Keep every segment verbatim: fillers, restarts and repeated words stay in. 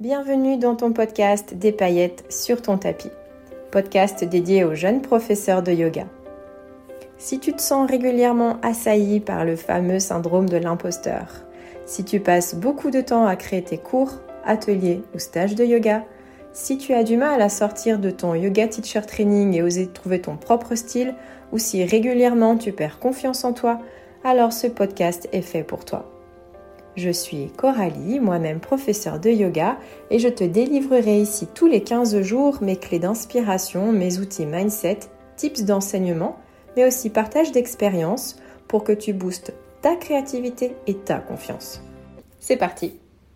Bienvenue dans ton podcast Des paillettes sur ton tapis, podcast dédié aux jeunes professeurs de yoga. Si tu te sens régulièrement assailli par le fameux syndrome de l'imposteur, si tu passes beaucoup de temps à créer tes cours, ateliers ou stages de yoga, si tu as du mal à sortir de ton yoga teacher training et oser trouver ton propre style, ou si régulièrement tu perds confiance en toi, alors ce podcast est fait pour toi. Je suis Coralie, moi-même professeure de yoga, et je te délivrerai ici tous les quinze jours mes clés d'inspiration, mes outils mindset, tips d'enseignement, mais aussi partage d'expériences pour que tu boostes ta créativité et ta confiance. C'est parti!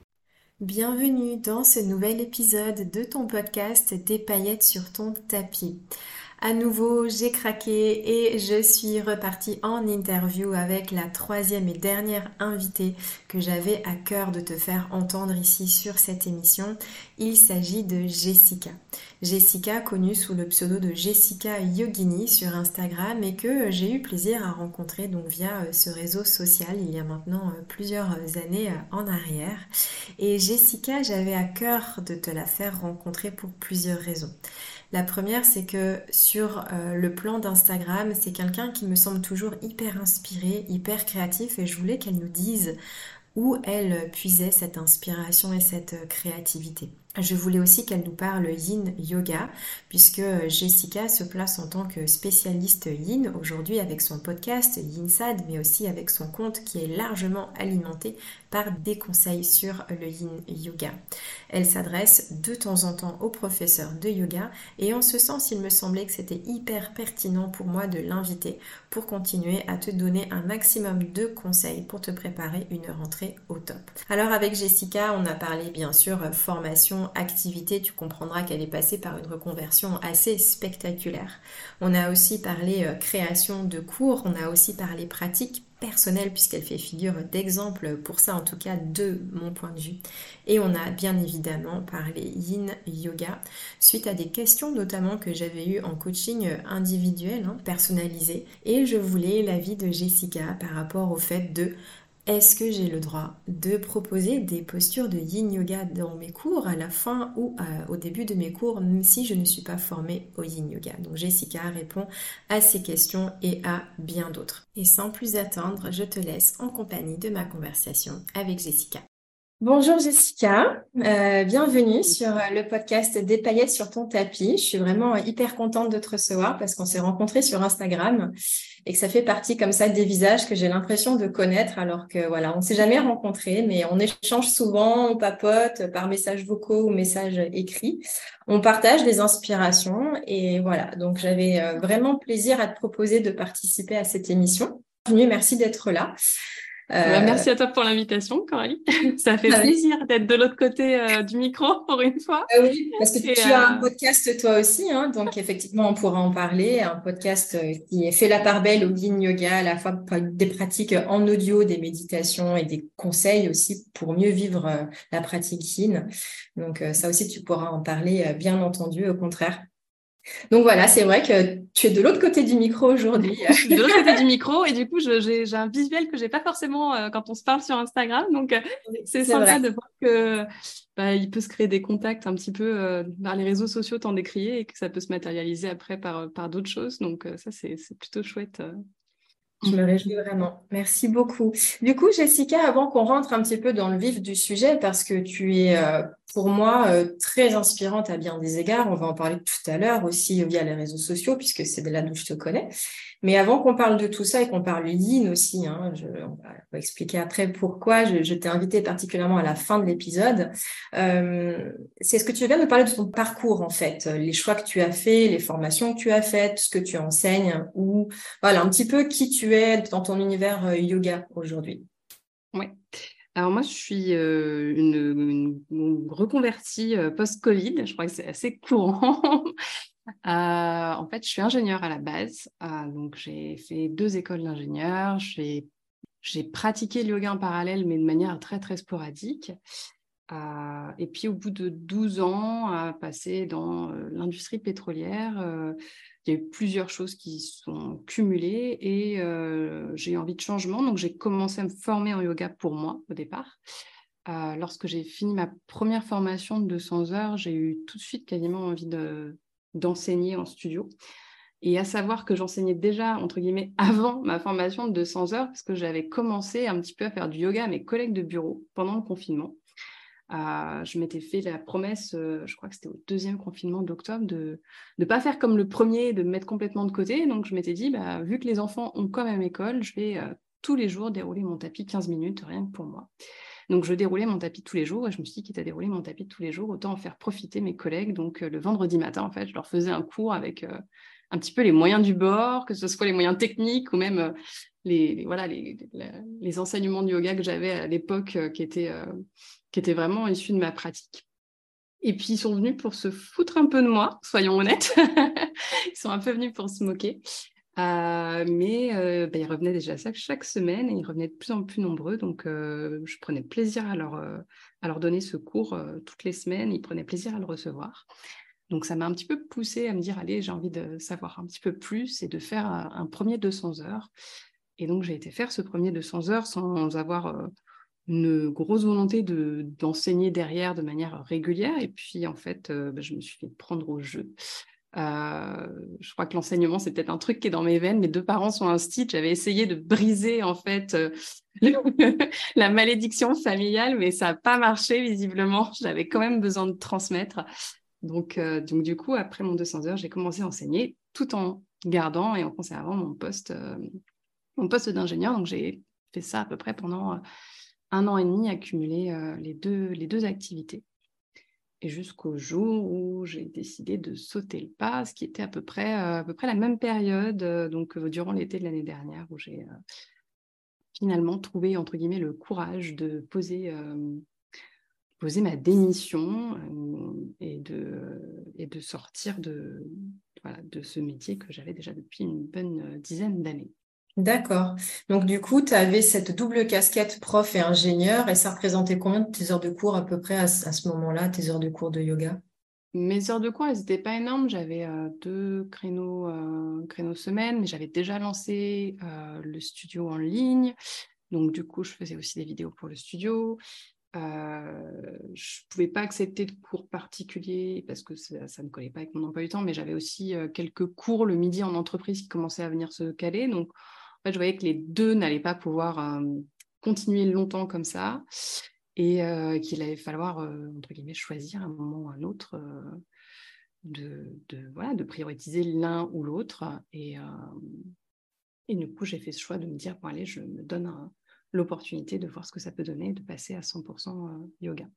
Bienvenue dans ce nouvel épisode de ton podcast Des paillettes sur ton tapis. À nouveau, j'ai craqué et je suis repartie en interview avec la troisième et dernière invitée que j'avais à cœur de te faire entendre ici sur cette émission. Il s'agit de Jessica. Jessica, connue sous le pseudo de Jessica Yogini sur Instagram et que j'ai eu plaisir à rencontrer donc via ce réseau social il y a maintenant plusieurs années en arrière. Et Jessica, j'avais à cœur de te la faire rencontrer pour plusieurs raisons. La première, c'est que sur euh, le plan d'Instagram, c'est quelqu'un qui me semble toujours hyper inspiré, hyper créatif et je voulais qu'elle nous dise où elle puisait cette inspiration et cette créativité. Je voulais aussi qu'elle nous parle Yin Yoga, puisque Jessica se place en tant que spécialiste Yin aujourd'hui avec son podcast Yinsad, mais aussi avec son compte qui est largement alimenté par des conseils sur le Yin Yoga. Elle s'adresse de temps en temps aux professeurs de yoga et en ce sens, il me semblait que c'était hyper pertinent pour moi de l'inviter pour continuer à te donner un maximum de conseils pour te préparer une rentrée au top. Alors avec Jessica, on a parlé bien sûr formation, activité, tu comprendras qu'elle est passée par une reconversion assez spectaculaire. On a aussi parlé création de cours, on a aussi parlé pratique personnelle puisqu'elle fait figure d'exemple pour ça en tout cas de mon point de vue. Et on a bien évidemment parlé Yin Yoga suite à des questions notamment que j'avais eues en coaching individuel, hein, personnalisé. Et je voulais l'avis de Jessica par rapport au fait de est-ce que j'ai le droit de proposer des postures de Yin Yoga dans mes cours à la fin ou à, au début de mes cours, même si je ne suis pas formée au Yin Yoga. Donc Jessica répond à ces questions et à bien d'autres. Et sans plus attendre, je te laisse en compagnie de ma conversation avec Jessica. Bonjour Jessica, euh, bienvenue sur le podcast Des paillettes sur ton tapis. Je suis vraiment hyper contente de te recevoir parce qu'on s'est rencontrés sur Instagram et que ça fait partie comme ça des visages que j'ai l'impression de connaître alors que voilà, on ne s'est jamais rencontrés, mais on échange souvent, on papote par messages vocaux ou messages écrits. On partage des inspirations et voilà, donc j'avais vraiment plaisir à te proposer de participer à cette émission. Merci d'être là. Euh... Merci à toi pour l'invitation, Coralie. Ça fait plaisir d'être de l'autre côté euh, du micro pour une fois. Euh, oui, parce que Et tu euh... as un podcast toi aussi, hein, donc effectivement on pourra en parler. Un podcast qui fait la part belle au Yin Yoga, à la fois des pratiques en audio, des méditations et des conseils aussi pour mieux vivre euh, la pratique Yin. Donc euh, ça aussi tu pourras en parler, euh, bien entendu, au contraire. Donc voilà, c'est vrai que tu es de l'autre côté du micro aujourd'hui. Je suis de l'autre côté du micro et du coup, je, j'ai, j'ai un visuel que j'ai pas forcément euh, quand on se parle sur Instagram. Donc, euh, c'est, c'est sympa vrai. de voir que bah, il peut se créer des contacts un petit peu euh, par les réseaux sociaux tant décriés et que ça peut se matérialiser après par, par d'autres choses. Donc, euh, ça, c'est, c'est plutôt chouette. Euh. Je me réjouis vraiment. Merci beaucoup. Du coup, Jessica, avant qu'on rentre un petit peu dans le vif du sujet, parce que tu es, euh, pour moi, euh, très inspirante à bien des égards, on va en parler tout à l'heure aussi via les réseaux sociaux, puisque c'est de là d'où je te connais. Mais avant qu'on parle de tout ça et qu'on parle Yin aussi, hein, je, on, va, on va expliquer après pourquoi je, je t'ai invitée particulièrement à la fin de l'épisode. Euh, c'est ce que tu viens de parler de ton parcours, en fait, les choix que tu as faits, les formations que tu as faites, ce que tu enseignes, ou voilà, un petit peu qui tu es dans ton univers yoga aujourd'hui. Oui. Alors moi, je suis euh, une, une, une reconvertie euh, post-Covid. Je crois que c'est assez courant. Euh, en fait, je suis ingénieure à la base, euh, donc j'ai fait deux écoles d'ingénieur, j'ai, j'ai pratiqué le yoga en parallèle, mais de manière très très sporadique. Euh, et puis au bout de douze ans, à passer dans euh, l'industrie pétrolière, euh, il y a eu plusieurs choses qui sont cumulées et euh, j'ai eu envie de changement, donc j'ai commencé à me former en yoga pour moi au départ. Euh, lorsque j'ai fini ma première formation de deux cents heures, j'ai eu tout de suite quasiment envie de, d'enseigner en studio. Et à savoir que j'enseignais déjà, entre guillemets, avant ma formation de deux cents heures, parce que j'avais commencé un petit peu à faire du yoga à mes collègues de bureau pendant le confinement. Euh, je m'étais fait la promesse, euh, je crois que c'était au deuxième confinement d'octobre, de ne pas faire comme le premier, de me mettre complètement de côté. Donc, je m'étais dit, bah, vu que les enfants ont quand même école, je vais euh, tous les jours dérouler mon tapis quinze minutes, rien que pour moi. Donc, je déroulais mon tapis tous les jours et je me suis dit, quitte à dérouler mon tapis tous les jours, autant en faire profiter mes collègues. Donc, euh, le vendredi matin, en fait, je leur faisais un cours avec euh, un petit peu les moyens du bord, que ce soit les moyens techniques ou même euh, les, les, voilà, les, les, les enseignements de yoga que j'avais à l'époque euh, qui, étaient, euh, qui étaient vraiment issus de ma pratique. Et puis, ils sont venus pour se foutre un peu de moi, soyons honnêtes. Ils sont un peu venus pour se moquer. Euh, mais euh, bah, ils revenaient déjà chaque, chaque semaine et ils revenaient de plus en plus nombreux. Donc, euh, je prenais plaisir à leur, euh, à leur donner ce cours euh, toutes les semaines. Ils prenaient plaisir à le recevoir. Donc, ça m'a un petit peu poussée à me dire, allez, j'ai envie de savoir un petit peu plus et de faire un, un premier deux cents heures. Et donc, j'ai été faire ce premier deux cents heures sans avoir euh, une grosse volonté de, d'enseigner derrière de manière régulière. Et puis, en fait, euh, bah, je me suis fait prendre au jeu. Euh, je crois que l'enseignement, c'est peut-être un truc qui est dans mes veines. Mes deux parents sont instits. J'avais essayé de briser, en fait, euh, la malédiction familiale, mais ça n'a pas marché, visiblement. J'avais quand même besoin de transmettre. Donc, euh, donc du coup, après mon deux cents heures, j'ai commencé à enseigner tout en gardant et en conservant mon poste, euh, mon poste d'ingénieur. Donc, j'ai fait ça à peu près pendant euh, un an et demi, accumuler euh, les, deux, les deux activités. Et jusqu'au jour où j'ai décidé de sauter le pas, ce qui était à peu près, euh, à peu près la même période, euh, donc euh, durant l'été de l'année dernière, où j'ai euh, finalement trouvé, entre guillemets, le courage de poser, euh, poser ma démission euh, et, de, et de sortir de, voilà, de ce métier que j'avais déjà depuis une bonne dizaine d'années. D'accord. Donc, du coup, tu avais cette double casquette prof et ingénieur et ça représentait combien de tes heures de cours à peu près à, à ce moment-là, tes heures de cours de yoga? Mes heures de cours, elles n'étaient pas énormes. J'avais euh, deux créneaux, euh, créneaux semaine, mais j'avais déjà lancé euh, le studio en ligne. Donc, du coup, je faisais aussi des vidéos pour le studio. Euh, je ne pouvais pas accepter de cours particuliers parce que ça, ça ne collait pas avec mon emploi du temps, mais j'avais aussi euh, quelques cours le midi en entreprise qui commençaient à venir se caler. Donc, en fait, je voyais que les deux n'allaient pas pouvoir euh, continuer longtemps comme ça et euh, qu'il allait falloir, euh, entre guillemets, choisir un moment ou un autre euh, de, de, voilà, de prioriser l'un ou l'autre. Et, euh, et du coup, j'ai fait ce choix de me dire, bon, allez, je me donne un, l'opportunité de voir ce que ça peut donner, de passer à cent pour cent yoga.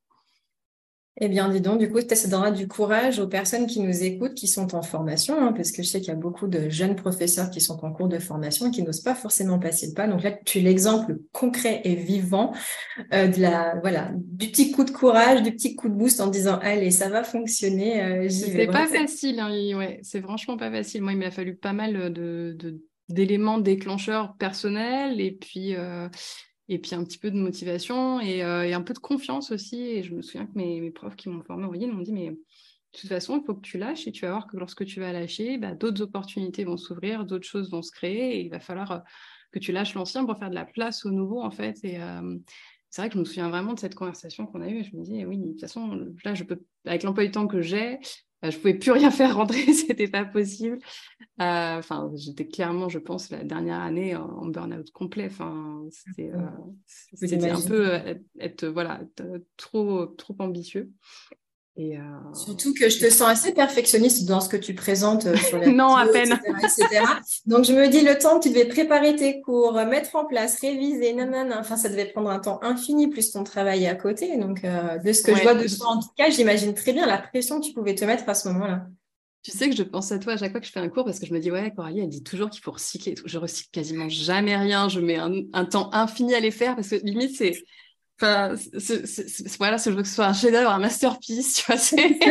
Eh bien, dis donc, du coup, ça donnera du courage aux personnes qui nous écoutent, qui sont en formation, hein, parce que je sais qu'il y a beaucoup de jeunes professeurs qui sont en cours de formation et qui n'osent pas forcément passer le pas. Donc là, tu es l'exemple concret et vivant euh, de la, voilà, du petit coup de courage, du petit coup de boost en disant, allez, ça va fonctionner, euh, j'y vais. C'est pas facile, hein, ouais, c'est franchement pas facile. Moi, il m'a fallu pas mal de, de, d'éléments déclencheurs personnels et puis... Euh... Et puis un petit peu de motivation et, euh, et un peu de confiance aussi. Et je me souviens que mes, mes profs qui m'ont formée en ligne m'ont dit, mais de toute façon, il faut que tu lâches et tu vas voir que lorsque tu vas lâcher, bah, d'autres opportunités vont s'ouvrir, d'autres choses vont se créer et il va falloir euh, que tu lâches l'ancien pour faire de la place au nouveau, en fait. Et euh, c'est vrai que je me souviens vraiment de cette conversation qu'on a eue. Je me dis, oui, de toute façon, là, je peux, avec l'emploi du temps que j'ai, je ne pouvais plus rien faire rentrer, c'était pas possible. Enfin, euh, j'étais clairement, je pense, la dernière année en, en burn-out complet. Enfin, c'était, euh, c'était un peu être, être voilà, être trop, trop ambitieux. Et euh... Surtout que je te sens assez perfectionniste dans ce que tu présentes sur les non, vidéos, à peine. et cetera, et cetera. Donc, je me dis, le temps que tu devais préparer tes cours, mettre en place, réviser, nanana, enfin, ça devait prendre un temps infini, plus ton travail à côté. Donc, euh, de ce que ouais, je vois de toi, en tout cas, j'imagine très bien la pression que tu pouvais te mettre à ce moment-là. Tu sais que je pense à toi à chaque fois que je fais un cours parce que je me dis, ouais, Coralie, elle dit toujours qu'il faut recycler. Je recycle quasiment jamais rien. Je mets un, un temps infini à les faire parce que limite, c'est... Enfin, c'est, c'est, c'est, voilà, je veux que ce soit un chef-d'œuvre, un masterpiece, tu vois. C'est...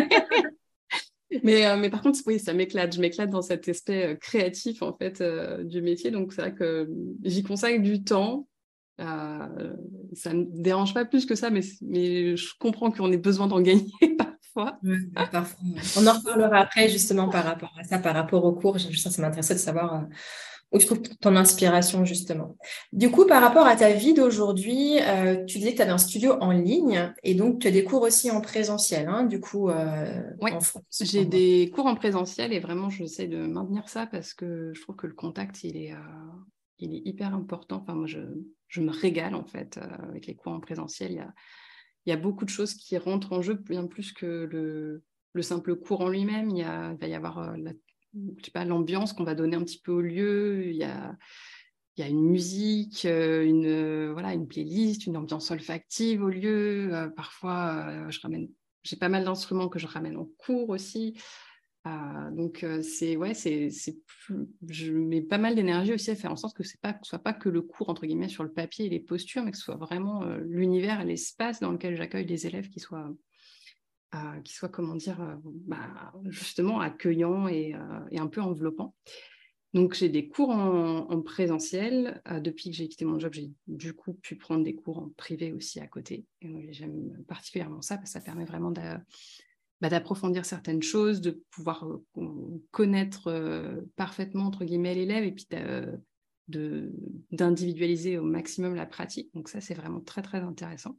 mais, euh, mais par contre, oui, ça m'éclate. Je m'éclate dans cet aspect euh, créatif, en fait, euh, du métier. Donc, c'est vrai que j'y consacre du temps. Euh, ça ne me dérange pas plus que ça, mais, mais je comprends qu'on ait besoin d'en gagner parfois. Ouais, parfois. On en reparlera après, justement, par rapport à ça, par rapport au cours. Je, ça, ça m'intéressait de savoir... Euh... où tu trouves ton inspiration, justement. Du coup, par rapport à ta vie d'aujourd'hui, euh, tu disais que tu avais un studio en ligne et donc tu as des cours aussi en présentiel, hein, du coup, euh, Oui, en France. j'ai des cours en présentiel et vraiment, j'essaie de maintenir ça parce que je trouve que le contact, il est, euh, il est hyper important. Enfin, moi, je, je me régale, en fait, euh, avec les cours en présentiel. Il y a, il y a beaucoup de choses qui rentrent en jeu, bien plus que le, le simple cours en lui-même. Il y a, il va y avoir euh, la, je sais pas, l'ambiance qu'on va donner un petit peu au lieu. Il y a, il y a une musique, euh, une, euh, voilà, une playlist, une ambiance olfactive au lieu. Euh, parfois, euh, je ramène, j'ai pas mal d'instruments que je ramène en cours aussi. Euh, donc, euh, c'est, ouais, c'est, c'est plus, je mets pas mal d'énergie aussi à faire en sorte que c'est pas, que ce soit pas que le cours, entre guillemets, sur le papier et les postures, mais que ce soit vraiment euh, l'univers et l'espace dans lequel j'accueille les élèves qui soient, euh, qui soient comment dire, euh, bah, justement accueillants et, euh, et un peu enveloppants. Donc, j'ai des cours en, en présentiel. Euh, depuis que j'ai quitté mon job, j'ai du coup pu prendre des cours en privé aussi à côté. Et moi, j'aime particulièrement ça parce que ça permet vraiment de, bah, d'approfondir certaines choses, de pouvoir euh, connaître euh, parfaitement, entre guillemets, l'élève et puis de, de, d'individualiser au maximum la pratique. Donc, ça, c'est vraiment très, très intéressant.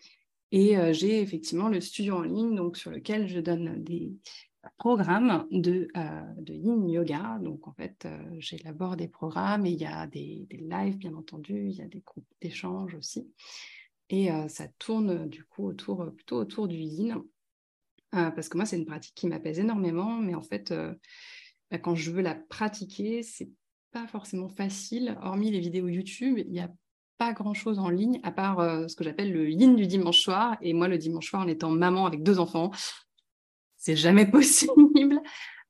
Et euh, j'ai effectivement le studio en ligne donc, sur lequel je donne des programmes de, euh, de yin yoga. Donc, en fait, euh, j'élabore des programmes et il y a des, des lives, bien entendu, il y a des groupes d'échange aussi. Et euh, ça tourne du coup autour, plutôt autour du yin. Euh, parce que moi, c'est une pratique qui m'apaise énormément, mais en fait, euh, bah, quand je veux la pratiquer, c'est pas forcément facile. Hormis les vidéos YouTube, il n'y a pas grand-chose en ligne, à part euh, ce que j'appelle le yin du dimanche soir. Et moi, le dimanche soir, en étant maman avec deux enfants, c'est jamais possible.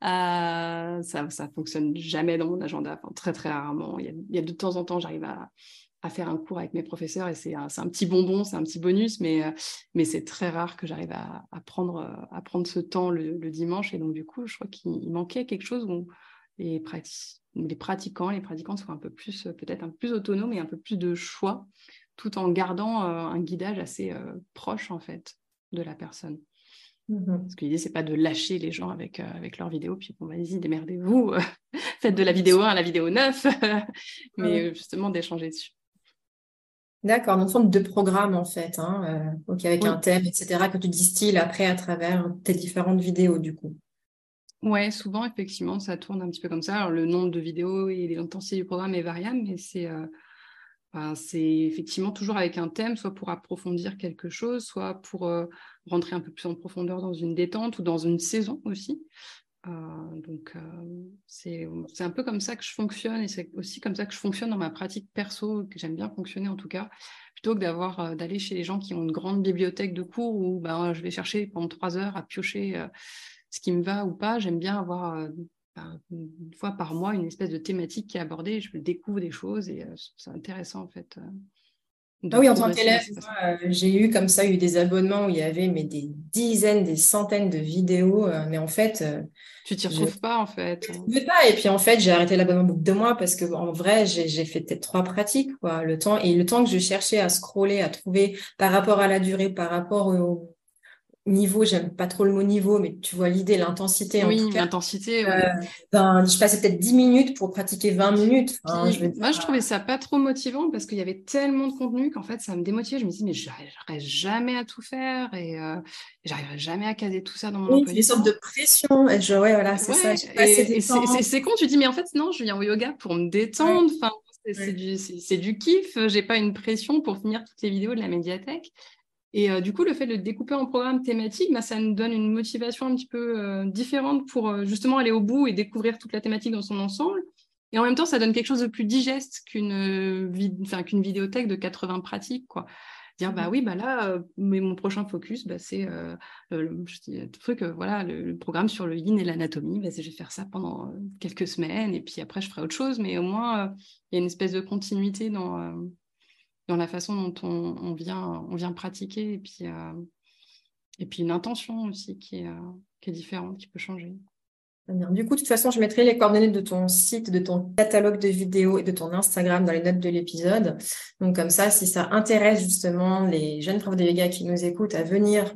Euh, ça, ça fonctionne jamais dans mon agenda, enfin, très très rarement. Il y, a, il y a de temps en temps, j'arrive à, à faire un cours avec mes professeurs et c'est un, c'est un petit bonbon, c'est un petit bonus, mais, euh, mais c'est très rare que j'arrive à, à, prendre, à prendre ce temps le, le dimanche. Et donc, du coup, je crois qu'il manquait quelque chose où les, prati- les pratiquants, les pratiquants soient un peu plus, peut-être un peu plus autonomes et un peu plus de choix, tout en gardant euh, un guidage assez euh, proche, en fait, de la personne. Mm-hmm. Parce que l'idée, c'est pas de lâcher les gens avec, euh, avec leurs vidéos, puis bon, vas-y, démerdez-vous, faites de la vidéo un à la vidéo neuf, mais euh, justement d'échanger dessus. D'accord, donc une sorte de programme en fait, hein, euh, ok, avec un Oui, thème, et cetera, que tu distilles après à travers tes différentes vidéos du coup. ouais, souvent, effectivement, ça tourne un petit peu comme ça. Alors, le nombre de vidéos et l'intensité du programme est variable, mais c'est euh, ben, c'est effectivement toujours avec un thème, soit pour approfondir quelque chose, soit pour euh, rentrer un peu plus en profondeur dans une détente ou dans une saison aussi. Euh, donc, euh, c'est, c'est un peu comme ça que je fonctionne et c'est aussi comme ça que je fonctionne dans ma pratique perso, que j'aime bien fonctionner en tout cas, plutôt que d'avoir, euh, d'aller chez les gens qui ont une grande bibliothèque de cours où ben, je vais chercher pendant trois heures à piocher euh, ce qui me va ou pas. J'aime bien avoir euh, ben, une fois par mois une espèce de thématique qui est abordée et je découvre des choses et euh, c'est intéressant en fait euh, Ah de oui, en tant progresser dans qu'élève, cette façon. moi, euh, j'ai eu comme ça, eu des abonnements où il y avait mais des dizaines, des centaines de vidéos, euh, mais en fait, euh, Tu t'y je ne retrouves pas en fait. pouvais pas. Et puis en fait, j'ai arrêté l'abonnement au bout de deux mois parce que en vrai, j'ai j'ai fait peut-être trois pratiques, quoi. Le temps et le temps que je cherchais à scroller, à trouver par rapport à la durée, par rapport au niveau, j'aime pas trop le mot niveau, mais tu vois l'idée, l'intensité en tout Oui, cas. l'intensité, Euh, ouais. ben, je passais peut-être dix minutes pour pratiquer vingt minutes. Enfin, je veux Puis dire, moi, je trouvais ça pas trop motivant parce qu'il y avait tellement de contenu qu'en fait, ça me démotivait. Je me dis, mais j'arriverai jamais à tout faire et euh, j'arriverai jamais à caser tout ça dans mon oui, emploi c'est des du sortes de temps. pression. Et je, ouais, voilà, c'est ça. Ouais, J'ai pas assez et, de et c'est temps. c'est- c'est con, tu dis, mais en fait, non, je viens au yoga pour me Ouais, détendre. Enfin, c'est c'est ouais. du, c'est c'est du kiff. J'ai pas une pression pour finir toutes les vidéos de la médiathèque. Et euh, du coup, le fait de le découper en programmes thématiques, bah, ça nous donne une motivation un petit peu euh, différente pour euh, justement aller au bout et découvrir toute la thématique dans son ensemble. Et en même temps, ça donne quelque chose de plus digeste qu'une euh, vid- enfin, qu'une vidéothèque de quatre-vingts pratiques, quoi. Dire, bah oui, bah là, euh, mais mon prochain focus, bah, c'est euh, le, je dis, le truc, euh, voilà, le, le programme sur le yin et l'anatomie. Bah, c'est- je vais faire ça pendant euh, quelques semaines et puis après, je ferai autre chose. Mais au moins, euh, il y a une espèce de continuité dans, euh, dans la façon dont on, on vient, on vient pratiquer et puis, euh, et puis une intention aussi qui est, euh, qui est différente, qui peut changer. Très bien. Du coup, de toute façon, je mettrai les coordonnées de ton site, de ton catalogue de vidéos et de ton Instagram dans les notes de l'épisode. Donc, comme ça, si ça intéresse justement les jeunes profs de yoga qui nous écoutent à venir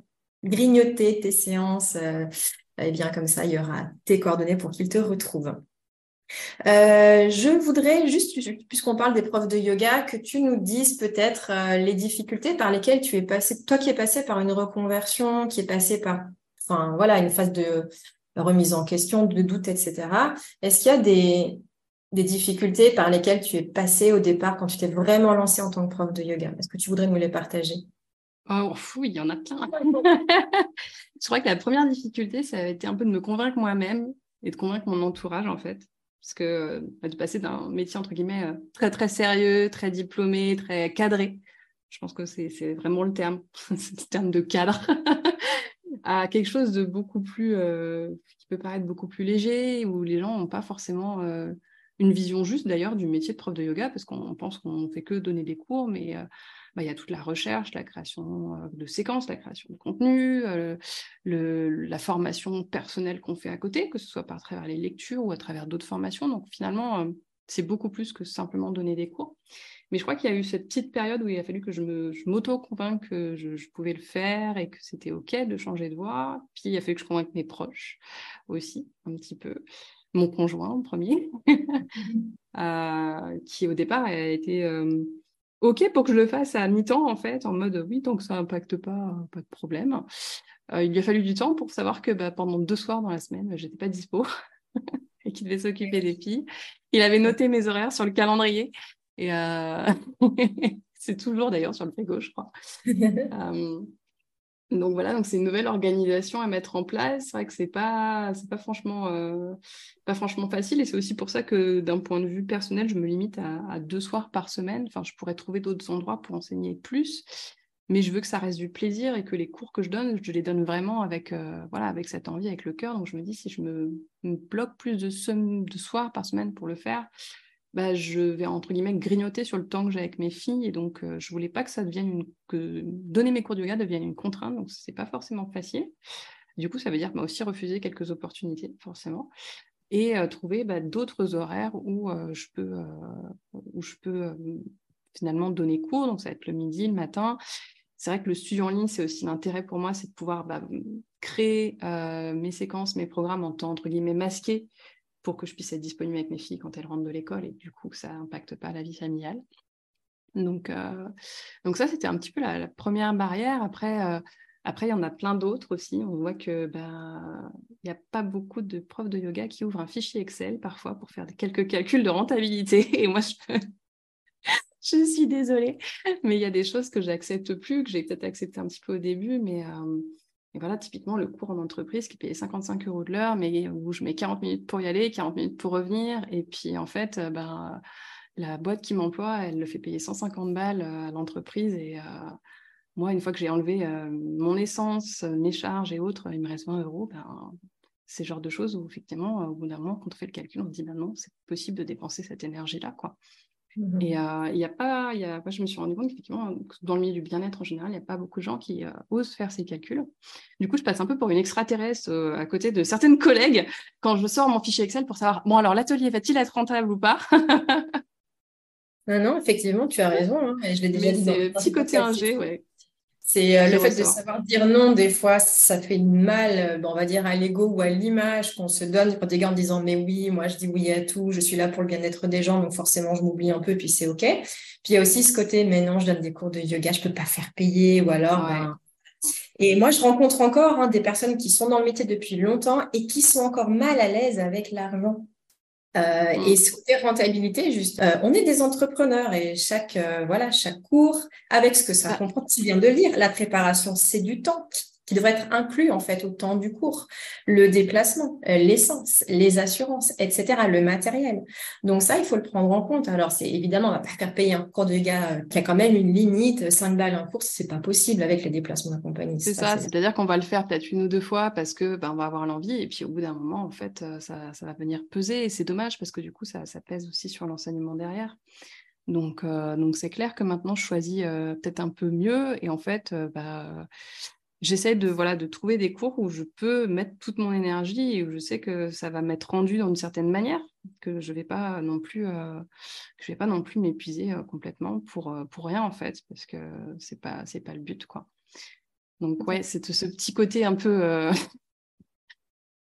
grignoter tes séances, euh, eh bien, comme ça, il y aura tes coordonnées pour qu'ils te retrouvent. Euh, je voudrais juste, puisqu'on parle des profs de yoga, que tu nous dises peut-être euh, les difficultés par lesquelles tu es passé, toi qui es passé par une reconversion, qui est passé par, enfin voilà, une phase de remise en question, de doute, et cetera. Est-ce qu'il y a des, des difficultés par lesquelles tu es passé au départ quand tu t'es vraiment lancé en tant que prof de yoga? Est-ce que tu voudrais nous les partager? Oh, fou, il y en a plein. Je crois que la première difficulté, ça a été un peu de me convaincre moi-même et de convaincre mon entourage, en fait. Parce que bah, de passer d'un métier, entre guillemets, euh, très, très sérieux, très diplômé, très cadré, je pense que c'est, c'est vraiment le terme, c'est le terme de cadre, à quelque chose de beaucoup plus, euh, qui peut paraître beaucoup plus léger, où les gens n'ont pas forcément euh, une vision juste, d'ailleurs, du métier de prof de yoga, parce qu'on pense qu'on ne fait que donner des cours, mais... Euh, bah, il y a toute la recherche, la création euh, de séquences, la création de contenu, euh, le, la formation personnelle qu'on fait à côté, que ce soit par travers les lectures ou à travers d'autres formations. Donc finalement, euh, c'est beaucoup plus que simplement donner des cours. Mais je crois qu'il y a eu cette petite période où il a fallu que je, me, je m'auto-convainque que je, je pouvais le faire et que c'était OK de changer de voie. Puis il a fallu que je convainque mes proches aussi, un petit peu. Mon conjoint en premier, euh, qui au départ a été... Euh, OK pour que je le fasse à mi-temps, en fait, en mode oui, tant que ça n'impacte pas, pas de problème. Euh, il lui a fallu du temps pour savoir que bah, pendant deux soirs dans la semaine, j'étais pas dispo et qu'il devait s'occuper des filles. Il avait noté mes horaires sur le calendrier et euh... c'est toujours d'ailleurs sur le frigo, je crois. Euh... Donc voilà, donc c'est une nouvelle organisation à mettre en place. C'est vrai que c'est pas, c'est pas franchement, euh, pas franchement facile, et c'est aussi pour ça que d'un point de vue personnel, je me limite à, à deux soirs par semaine. Enfin, je pourrais trouver d'autres endroits pour enseigner plus, mais je veux que ça reste du plaisir et que les cours que je donne, je les donne vraiment avec, euh, voilà, avec cette envie, avec le cœur. Donc je me dis, si je me, me bloque plus de, sem- de soirs par semaine pour le faire, bah, je vais entre guillemets grignoter sur le temps que j'ai avec mes filles, et donc euh, je voulais pas que ça devienne une que donner mes cours de yoga devienne une contrainte, donc c'est pas forcément facile. Du coup, ça veut dire bah, aussi refuser quelques opportunités forcément, et euh, trouver bah, d'autres horaires où euh, je peux euh, où je peux euh, finalement donner cours. Donc ça va être le midi, le matin. C'est vrai que le studio en ligne, c'est aussi l'intérêt pour moi, c'est de pouvoir bah, créer euh, mes séquences, mes programmes en temps entre guillemets masqué, pour que je puisse être disponible avec mes filles quand elles rentrent de l'école, et du coup que ça n'impacte pas la vie familiale. Donc, euh, donc ça, c'était un petit peu la, la première barrière. Après, euh, après, il y en a plein d'autres aussi. On voit que ben, il n'y a pas beaucoup de profs de yoga qui ouvrent un fichier Excel parfois pour faire quelques calculs de rentabilité. Et moi, je, je suis désolée, mais il y a des choses que j'accepte plus, que j'ai peut-être accepté un petit peu au début, mais euh, et voilà, typiquement le cours en entreprise qui payait cinquante-cinq euros de l'heure, mais où je mets quarante minutes pour y aller, quarante minutes pour revenir, et puis en fait, euh, ben, la boîte qui m'emploie, elle le fait payer cent cinquante balles à l'entreprise, et euh, moi, une fois que j'ai enlevé euh, mon essence, mes charges et autres, il me reste vingt euros, ben, c'est le genre de choses où effectivement, au bout d'un moment, quand on fait le calcul, on se dit, ben non, c'est possible de dépenser cette énergie-là, quoi. Et euh, il y a pas, il y a, moi, je me suis rendu compte qu'effectivement, dans le milieu du bien-être en général, il n'y a pas beaucoup de gens qui euh, osent faire ces calculs. Du coup, je passe un peu pour une extraterrestre euh, à côté de certaines collègues quand je sors mon fichier Excel pour savoir, bon, alors l'atelier va-t-il être rentable ou pas? Non, non, effectivement, tu as raison, hein, et je l'ai déjà Mais dit dans, c'est le dans petit des côté podcasts. ingé, ouais, C'est euh, qui le fait de ressort. savoir dire non, des fois, ça fait mal, euh, bon, on va dire, à l'ego ou à l'image qu'on se donne quand des gars en disant, mais oui, moi, je dis oui à tout, je suis là pour le bien-être des gens, donc forcément, je m'oublie un peu, puis c'est OK. Puis il y a aussi ce côté, mais non, je donne des cours de yoga, je peux pas faire payer, ou alors, Ouais. ben... Et moi, je rencontre encore hein, des personnes qui sont dans le métier depuis longtemps et qui sont encore mal à l'aise avec l'argent. Euh, et Mm. ce côté rentabilité, juste, euh, on est des entrepreneurs et chaque, euh, voilà, chaque cours, avec ce que ça Bah, comprend, tu viens de le dire, la préparation, c'est du temps qui devrait être inclus en fait au temps du cours, le déplacement, euh, l'essence, les assurances, et cetera, le matériel. Donc ça, il faut le prendre en compte. Alors c'est évidemment, on va pas faire payer un cours de gars euh, qui a quand même une limite, cinq balles un cours, c'est pas possible avec les déplacements d'accompagnement. c'est Ça, ça, c'est c'est-à-dire qu'on va le faire peut-être une ou deux fois parce que ben, on va avoir l'envie, et puis au bout d'un moment, en fait, euh, ça, ça va venir peser, et c'est dommage parce que du coup, ça, ça pèse aussi sur l'enseignement derrière. Donc, euh, donc c'est clair que maintenant, je choisis euh, peut-être un peu mieux, et en fait, euh, bah, j'essaie de, voilà, de trouver des cours où je peux mettre toute mon énergie et où je sais que ça va m'être rendu d'une certaine manière, que je vais pas non plus, euh, que je vais pas non plus m'épuiser euh, complètement pour, euh, pour rien, en fait, parce que c'est pas, c'est pas le but, quoi. Donc, ouais, c'est ce petit côté un peu, euh,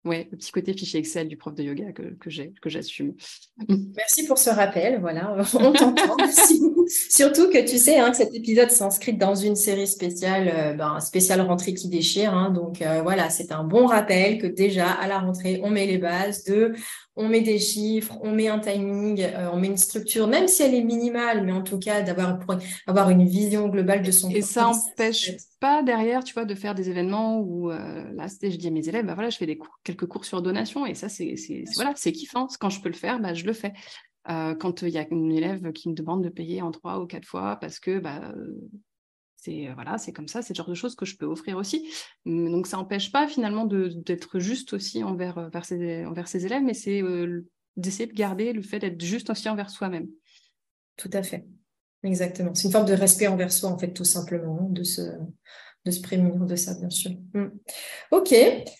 ouais, le petit côté fichier Excel du prof de yoga que, que j'ai, que j'assume. Merci pour ce rappel, voilà, on t'entend. Merci. Surtout que tu sais hein, que cet épisode s'inscrit dans une série spéciale, euh, ben, spéciale rentrée qui déchire. Hein, donc euh, voilà, c'est un bon rappel que déjà à la rentrée, on met les bases de, on met des chiffres, on met un timing, euh, on met une structure, même si elle est minimale, mais en tout cas d'avoir pour avoir une vision globale de son Et ça profil. Ça, n'empêche pas derrière, tu vois, de faire des événements où, euh, là, c'était, je dis à mes élèves, bah voilà, je fais des cours, quelques cours sur donation, et ça, c'est, c'est, c'est- voilà, c'est kiffant. Quand je peux le faire, bah, je le fais. Euh, quand il y a une élève qui me demande de payer en trois ou quatre fois parce que bah, c'est, euh, voilà, c'est comme ça, c'est le genre de choses que je peux offrir aussi. Hum, Donc, ça n'empêche pas finalement de, d'être juste aussi envers, euh, vers ses, envers ses élèves, mais c'est euh, d'essayer de garder le fait d'être juste aussi envers soi-même. tout à fait. Exactement. C'est une forme de respect envers soi, en fait, tout simplement, hein, de se, de se prémunir de ça, bien sûr. Mm. Ok.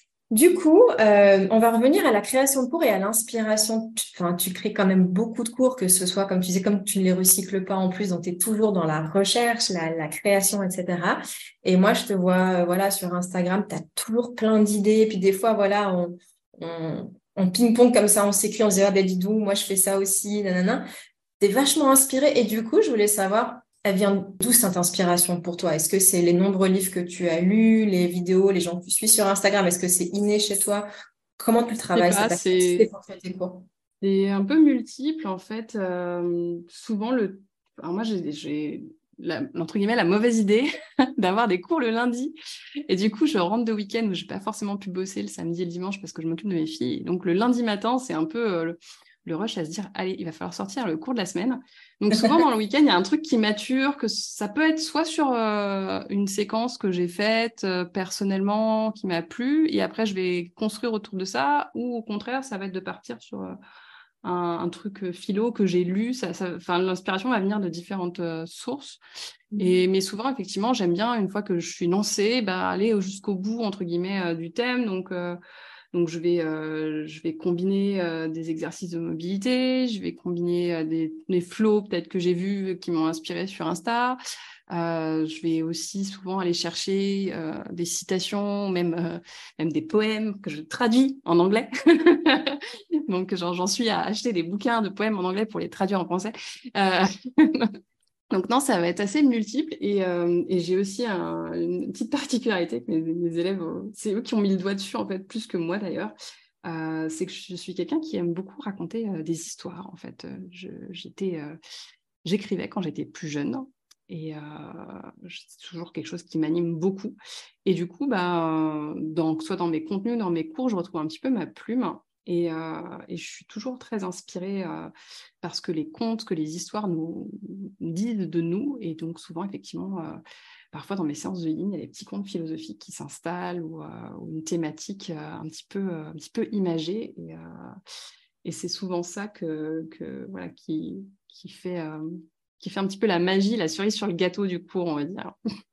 Du coup, euh, on va revenir à la création de cours et à l'inspiration. Tu, enfin, tu crées quand même beaucoup de cours, que ce soit, comme tu disais, comme tu ne les recycles pas en plus, donc tu es toujours dans la recherche, la, la création, et cetera. Et moi, je te vois, euh, voilà, sur Instagram, tu as toujours plein d'idées. Et puis des fois, voilà, on, on, on ping-pong comme ça, on s'écrit, on se dit, ah ben dis donc, moi je fais ça aussi, nanana. T'es vachement inspirée et du coup, je voulais savoir, elle vient d'où cette inspiration pour toi? Est-ce que c'est les nombreux livres que tu as lus, les vidéos, les gens que tu suis sur Instagram? Est-ce que c'est inné chez toi? Comment tu le Je sais travailles, pas, cette activité c'est pour faire tes cours? c'est un peu multiple en fait. Euh, souvent, le... Alors moi, j'ai, j'ai la, entre guillemets la mauvaise idée d'avoir des cours le lundi. Et du coup, je rentre de week-end où je n'ai pas forcément pu bosser le samedi et le dimanche parce que je m'occupe de mes filles. Et donc, le lundi matin, c'est un peu euh, le, le rush à se dire, allez, il va falloir sortir le cours de la semaine. Donc, souvent, dans le week-end, il y a un truc qui mature, que ça peut être soit sur euh, une séquence que j'ai faite euh, personnellement, qui m'a plu, et après, je vais construire autour de ça, ou au contraire, ça va être de partir sur... euh, un, un truc philo que j'ai lu. Ça, ça, enfin, l'inspiration va venir de différentes euh, sources. Et, mais souvent, effectivement, j'aime bien, une fois que je suis lancée, bah, aller jusqu'au bout, entre guillemets, euh, du thème. Donc, euh, donc je, vais, euh, je vais combiner euh, des exercices de mobilité, je vais combiner euh, des, des flows peut-être que j'ai vus qui m'ont inspiré sur Insta. Euh, je vais aussi souvent aller chercher euh, des citations, même, euh, même des poèmes que je traduis en anglais. Donc, genre, j'en suis à acheter des bouquins de poèmes en anglais pour les traduire en français. Euh... Donc, non, ça va être assez multiple. Et, euh, et j'ai aussi un, une petite particularité que mes, mes élèves, euh, c'est eux qui ont mis le doigt dessus, en fait, plus que moi d'ailleurs. Euh, c'est que je suis quelqu'un qui aime beaucoup raconter euh, des histoires, en fait. Je, j'étais, euh, j'écrivais quand j'étais plus jeune. Et euh, c'est toujours quelque chose qui m'anime beaucoup. Et du coup, bah, dans, soit dans mes contenus, dans mes cours, je retrouve un petit peu ma plume. Et, euh, et je suis toujours très inspirée euh, par ce que les contes, que les histoires nous disent de nous. Et donc souvent, effectivement, euh, parfois dans mes séances de yin, il y a des petits contes philosophiques qui s'installent ou, euh, ou une thématique euh, un, petit peu, euh, un petit peu imagée. Et, euh, et c'est souvent ça que, que, voilà, qui, qui, fait, euh, qui fait un petit peu la magie, la cerise sur le gâteau du cours, on va dire.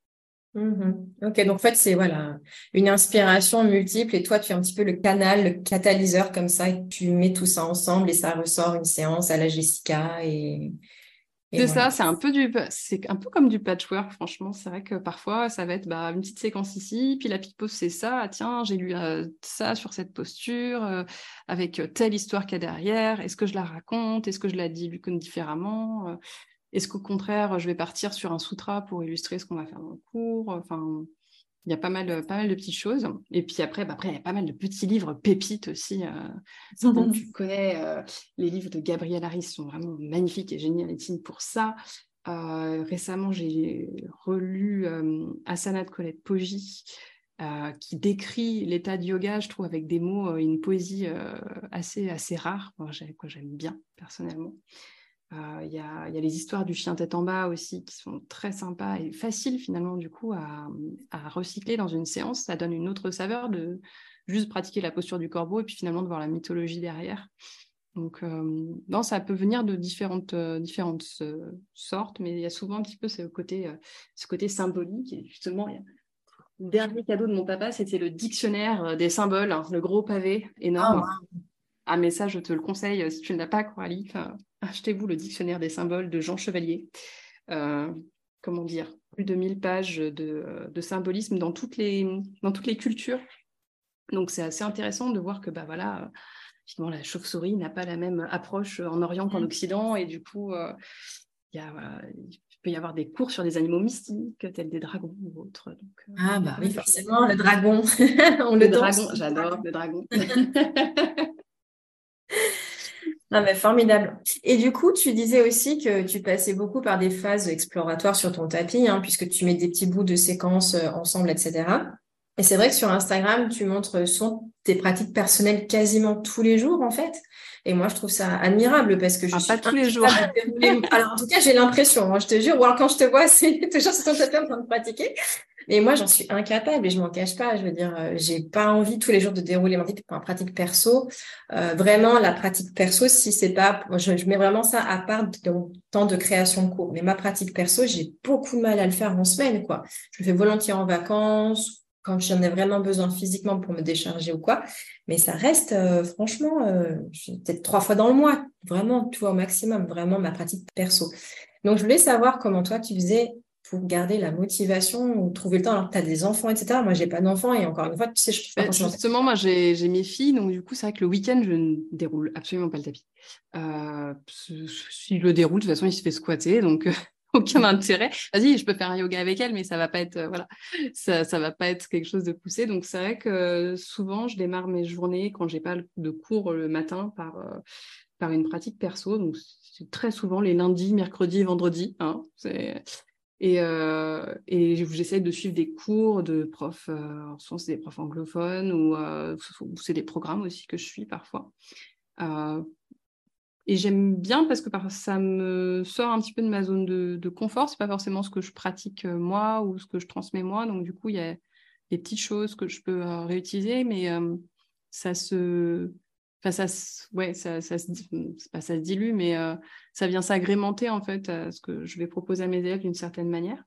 Mhm. Ok, donc en fait, c'est voilà, une inspiration multiple et toi, tu es un petit peu le canal, le catalyseur comme ça, et tu mets tout ça ensemble et ça ressort une séance à la Jessica et, et C'est voilà. ça, c'est un peu du, c'est un peu comme du patchwork, franchement. C'est vrai que parfois, ça va être bah, une petite séquence ici, puis la petite pause, c'est ça. Ah, tiens, j'ai lu euh, ça sur cette posture, euh, avec euh, telle histoire qu'il y a derrière. Est-ce que je la raconte? Est-ce que je la dis comme différemment? Euh, Est-ce qu'au contraire, je vais partir sur un sutra pour illustrer ce qu'on va faire dans le cours? Enfin, il y a pas mal, pas mal de petites choses. Et puis après, bah après, il y a pas mal de petits livres pépites aussi. Euh, certainement, tu connais euh, les livres de Gabriel Harris, sont vraiment magnifiques et génialissimes pour ça. Euh, récemment, j'ai relu euh, Asana de Colette Poggi, euh, qui décrit l'état de yoga, je trouve, avec des mots, euh, une poésie euh, assez, assez rare, moi, que j'aime bien personnellement. Il euh, y, a, y a les histoires du chien tête en bas aussi qui sont très sympas et faciles finalement du coup à, à recycler dans une séance. Ça donne une autre saveur de juste pratiquer la posture du corbeau et puis finalement de voir la mythologie derrière. Donc euh, non, ça peut venir de différentes, euh, différentes euh, sortes, mais il y a souvent un petit peu ce côté, euh, ce côté symbolique. Et justement, y a... le dernier cadeau de mon papa, c'était le dictionnaire des symboles, hein, le gros pavé énorme. Ah, Ah, mais ça, je te le conseille, si tu ne l'as pas, Coralie, enfin, achetez-vous le dictionnaire des symboles de Jean Chevalier. Euh, comment dire, plus de mille pages de, de symbolisme dans toutes les, dans toutes les cultures. Donc, c'est assez intéressant de voir que, bah voilà, finalement, la chauve-souris n'a pas la même approche en Orient qu'en Occident. Et du coup, euh, y a, euh, il peut y avoir des cours sur des animaux mystiques, tels des dragons ou autres. Donc, euh, Ah il y a bah pas oui, mal de choses. forcément, le dragon, on le Le dragon, danse. j'adore le dragon. Ah mais formidable. Et du coup, tu disais aussi que tu passais beaucoup par des phases exploratoires sur ton tapis, hein, puisque tu mets des petits bouts de séquences euh, ensemble, et cetera. Et c'est vrai que sur Instagram, tu montres souvent tes pratiques personnelles quasiment tous les jours, en fait. Et moi, je trouve ça admirable parce que je Ah, suis pas tous les jours. incapable de dérouler. Alors, en tout cas, j'ai l'impression, hein, je te jure, ou alors quand je te vois, c'est toujours sur ton tapis en train de pratiquer. Mais moi, j'en suis incapable et je m'en cache pas. Je veux dire, euh, j'ai pas envie tous les jours de dérouler ma ma pratique perso. Euh, vraiment, la pratique perso, si c'est pas, moi, je, je mets vraiment ça à part de mon temps de création de cours. Mais ma pratique perso, j'ai beaucoup de mal à le faire en semaine, quoi. Je le fais volontiers en vacances, quand j'en ai vraiment besoin physiquement pour me décharger ou quoi. Mais ça reste, euh, franchement, euh, je- peut-être trois fois dans le mois. Vraiment, tu vois, au maximum, vraiment ma pratique perso. Donc, je voulais savoir comment toi, tu faisais pour garder la motivation ou trouver le temps alors que tu as des enfants, et cetera. Moi, j'ai pas d'enfants et encore une fois, tu sais, je trouve pas Ben, forcément. justement, moi, j'ai j'ai mes filles, donc du coup, c'est vrai que le week-end, je ne déroule absolument pas le tapis. Euh, si si je le déroule, de toute façon, il se fait squatter, donc euh, aucun intérêt. Vas-y, je peux faire un yoga avec elle, mais ça va pas être, euh, voilà, ça, ça va pas être quelque chose de poussé. Donc c'est vrai que euh, souvent, je démarre mes journées quand j'ai pas de cours le matin par euh, par une pratique perso. Donc c'est très souvent les lundis, mercredis, vendredis. Hein, c'est et, euh, et j'essaie de suivre des cours de profs, euh, soit c'est des profs anglophones ou, euh, ou c'est des programmes aussi que je suis parfois. Euh, et j'aime bien parce que parfois ça me sort un petit peu de ma zone de, de confort. C'est pas forcément ce que je pratique euh, moi ou ce que je transmets moi. Donc du coup, il y a des petites choses que je peux euh, réutiliser, mais euh, ça se, enfin ça, se... ouais, ça, ça se, c'est pas ça se dilue, mais euh, ça vient s'agrémenter en fait à ce que je vais proposer à mes élèves d'une certaine manière.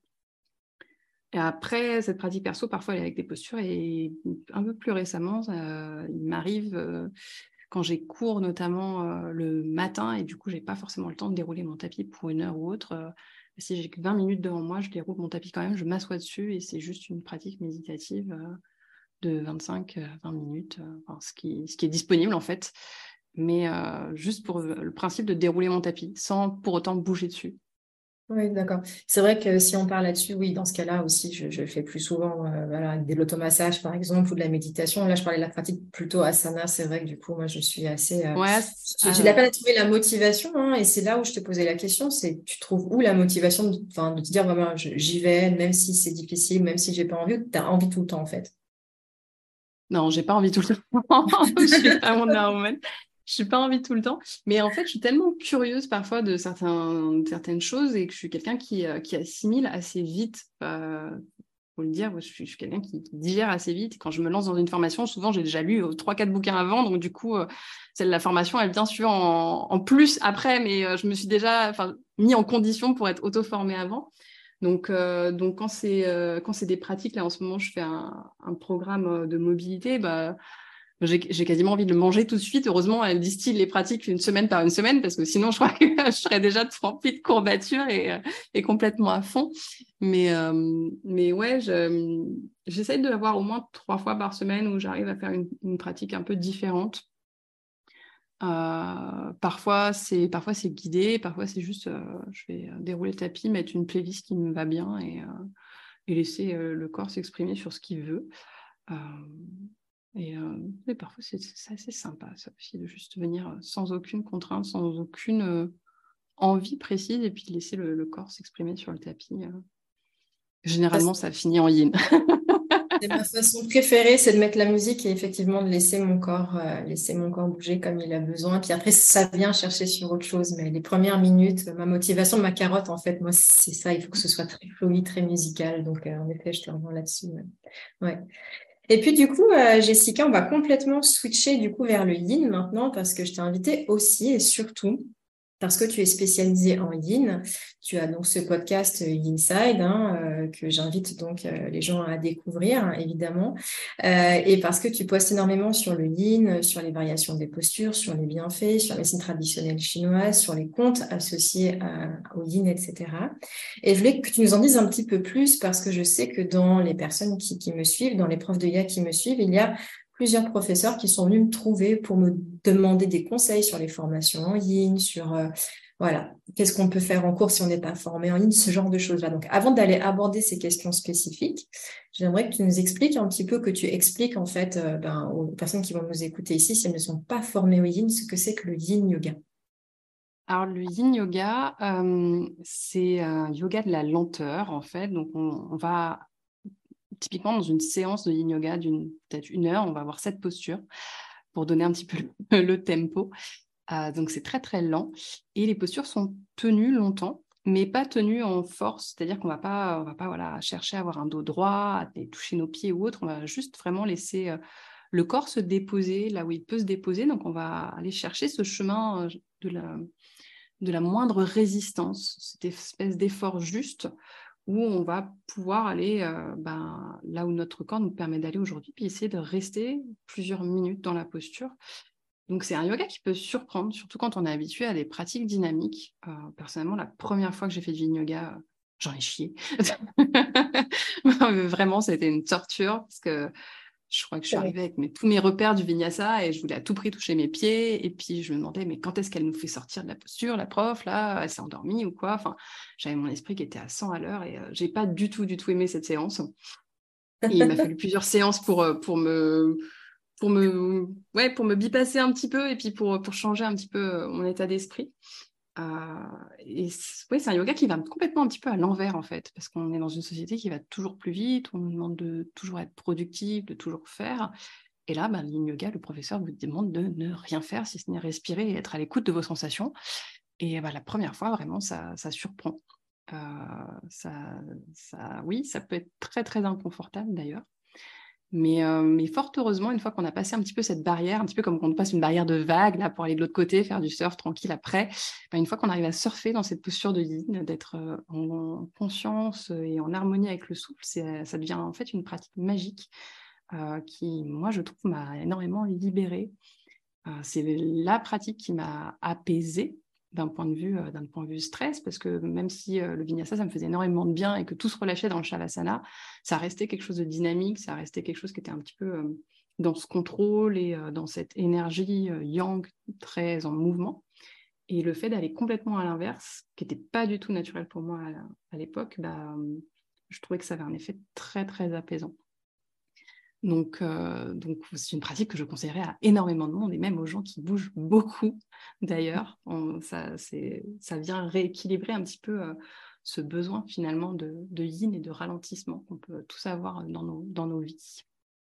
Et après, cette pratique perso, parfois, elle est avec des postures. Et un peu plus récemment, ça, il m'arrive, euh, quand j'ai cours, notamment euh, le matin, et du coup, j'ai pas forcément le temps de dérouler mon tapis pour une heure ou autre. Euh, si j'ai que vingt minutes devant moi, je déroule mon tapis quand même, je m'assois dessus, et c'est juste une pratique méditative euh, de vingt-cinq à vingt minutes, euh, enfin, ce, qui, ce qui est disponible, en fait. Mais euh, juste pour le principe de dérouler mon tapis, sans pour autant bouger dessus. Oui, d'accord. C'est vrai que si on parle là-dessus, oui, dans ce cas-là aussi, je, je le fais plus souvent, euh, voilà, avec de l'automassage, par exemple, ou de la méditation. Là, je parlais de la pratique plutôt asana. C'est vrai que du coup, moi, je suis assez... euh, Ouais, j'ai j'ai de la peine à trouver la motivation, hein, et c'est là où je te posais la question, c'est tu trouves où la motivation de, enfin, de te dire, vraiment, je- j'y vais, même si c'est difficile, même si j'ai pas envie, ou tu as envie tout le temps, en fait. non, j'ai pas envie tout le temps. Je suis pas Wonder Woman. Je suis pas envie tout le temps. Mais en fait, je suis tellement curieuse parfois de certains, certaines choses et que je suis quelqu'un qui, euh, qui assimile assez vite. Euh, faut le dire, je suis, je suis quelqu'un qui, qui digère assez vite. Quand je me lance dans une formation, souvent j'ai déjà lu euh, trois, quatre bouquins avant. Donc du coup, euh, celle de la formation, elle vient suivre en, en plus après. Mais euh, je me suis déjà enfin, mis en condition pour être auto-formée avant. Donc, euh, donc quand c'est euh, quand c'est des pratiques, là en ce moment, je fais un, un programme euh, de mobilité, bah, j'ai, j'ai quasiment envie de le manger tout de suite. Heureusement, elle distille les pratiques une semaine par une semaine, parce que sinon, je crois que je serais déjà trempée de courbatures et, euh, et complètement à fond. Mais, euh, mais ouais, je, j'essaye de l'avoir au moins trois fois par semaine où j'arrive à faire une, une pratique un peu différente. Euh, parfois c'est parfois c'est guidé, parfois c'est juste euh, je vais dérouler le tapis, mettre une playlist qui me va bien et, euh, et laisser euh, le corps s'exprimer sur ce qu'il veut. Euh, et, euh, et parfois c'est, c'est assez sympa ça aussi de juste venir sans aucune contrainte, sans aucune euh, envie précise et puis de laisser le, le corps s'exprimer sur le tapis. Euh. Généralement ça finit en yin. C'est ma façon préférée, c'est de mettre la musique et effectivement de laisser mon corps, euh, laisser mon corps bouger comme il a besoin. Puis après, ça vient chercher sur autre chose. Mais les premières minutes, ma motivation, ma carotte, en fait, moi, c'est ça. Il faut que ce soit très fluide, très musical. Donc, euh, en effet, je te rejoins là-dessus. Ouais. Ouais. Et puis, du coup, euh, Jessica, on va complètement switcher du coup vers le yin maintenant parce que je t'ai invitée aussi et surtout parce que tu es spécialisée en yin. Tu as donc ce podcast euh, Yinside, hein, euh, que j'invite donc euh, les gens à découvrir, hein, évidemment. Euh, et parce que tu postes énormément sur le yin, sur les variations des postures, sur les bienfaits, sur la médecine traditionnelle chinoise, sur les contes associés à, au yin, et cetera. Et je voulais que tu nous en dises un petit peu plus parce que je sais que dans les personnes qui, qui me suivent, dans les profs de yoga qui me suivent, il y a plusieurs professeurs qui sont venus me trouver pour me demander des conseils sur les formations en ligne, sur euh, voilà, qu'est-ce qu'on peut faire en cours si on n'est pas formé en ligne, ce genre de choses-là. Donc, avant d'aller aborder ces questions spécifiques, j'aimerais que tu nous expliques un petit peu, que tu expliques en fait euh, ben, aux personnes qui vont nous écouter ici, si elles ne sont pas formées au yin, ce que c'est que le yin yoga. Alors, le yin yoga, euh, c'est un yoga de la lenteur, en fait. Donc, on, on va typiquement dans une séance de yin yoga d'une peut-être une heure, on va avoir cette posture pour donner un petit peu le, le tempo. Euh, donc, c'est très, très lent. Et les postures sont tenues longtemps, mais pas tenues en force. C'est-à-dire qu'on ne va pas, on va pas voilà, chercher à avoir un dos droit, à toucher nos pieds ou autre. On va juste vraiment laisser euh, le corps se déposer là où il peut se déposer. Donc, on va aller chercher ce chemin euh, de la de la moindre résistance, cette espèce d'effort juste où on va pouvoir aller euh, ben, là où notre corps nous permet d'aller aujourd'hui, puis essayer de rester plusieurs minutes dans la posture. Donc c'est un yoga qui peut surprendre, surtout quand on est habitué à des pratiques dynamiques. Euh, personnellement, la première fois que j'ai fait du yin yoga, euh, j'en ai chié. Vraiment, c'était une torture parce que je crois que je suis arrivée avec mes, tous mes repères du vinyasa et je voulais à tout prix toucher mes pieds. Et puis, je me demandais, mais quand est-ce qu'elle nous fait sortir de la posture, la prof, là, elle s'est endormie ou quoi? Enfin, j'avais mon esprit qui était à cent à l'heure et euh, j'ai pas du tout, du tout aimé cette séance. Et il m'a fallu plusieurs séances pour, euh, pour me... Pour me, ouais, pour me bypasser un petit peu et puis pour, pour changer un petit peu euh, mon état d'esprit. Euh, et oui, c'est un yoga qui va complètement un petit peu à l'envers en fait, parce qu'on est dans une société qui va toujours plus vite, on nous demande de toujours être productif, de toujours faire. Et là, ben, l'yin yoga, le professeur vous demande de ne rien faire, si ce n'est respirer et être à l'écoute de vos sensations. Et ben, la première fois, vraiment, ça, ça surprend. Euh, ça, ça, oui, ça peut être très, très inconfortable d'ailleurs. Mais, euh, mais fort heureusement, une fois qu'on a passé un petit peu cette barrière, un petit peu comme quand on passe une barrière de vague là, pour aller de l'autre côté, faire du surf tranquille après, ben, une fois qu'on arrive à surfer dans cette posture de yin, d'être euh, en conscience et en harmonie avec le souffle, c'est, ça devient en fait une pratique magique euh, qui, moi, je trouve, m'a énormément libérée. Euh, c'est la pratique qui m'a apaisée d'un point de vue euh, d'un point de vue stress, parce que même si euh, le vinyasa ça me faisait énormément de bien et que tout se relâchait dans le shavasana, ça restait quelque chose de dynamique, ça restait quelque chose qui était un petit peu euh, dans ce contrôle et euh, dans cette énergie euh, yang très en mouvement. Et le fait d'aller complètement à l'inverse, qui n'était pas du tout naturel pour moi à, à l'époque, bah, je trouvais que ça avait un effet très très apaisant. Donc, euh, donc, c'est une pratique que je conseillerais à énormément de monde et même aux gens qui bougent beaucoup. D'ailleurs, On, ça, c'est, ça vient rééquilibrer un petit peu euh, ce besoin finalement de, de yin et de ralentissement qu'on peut tous avoir dans nos, dans nos vies.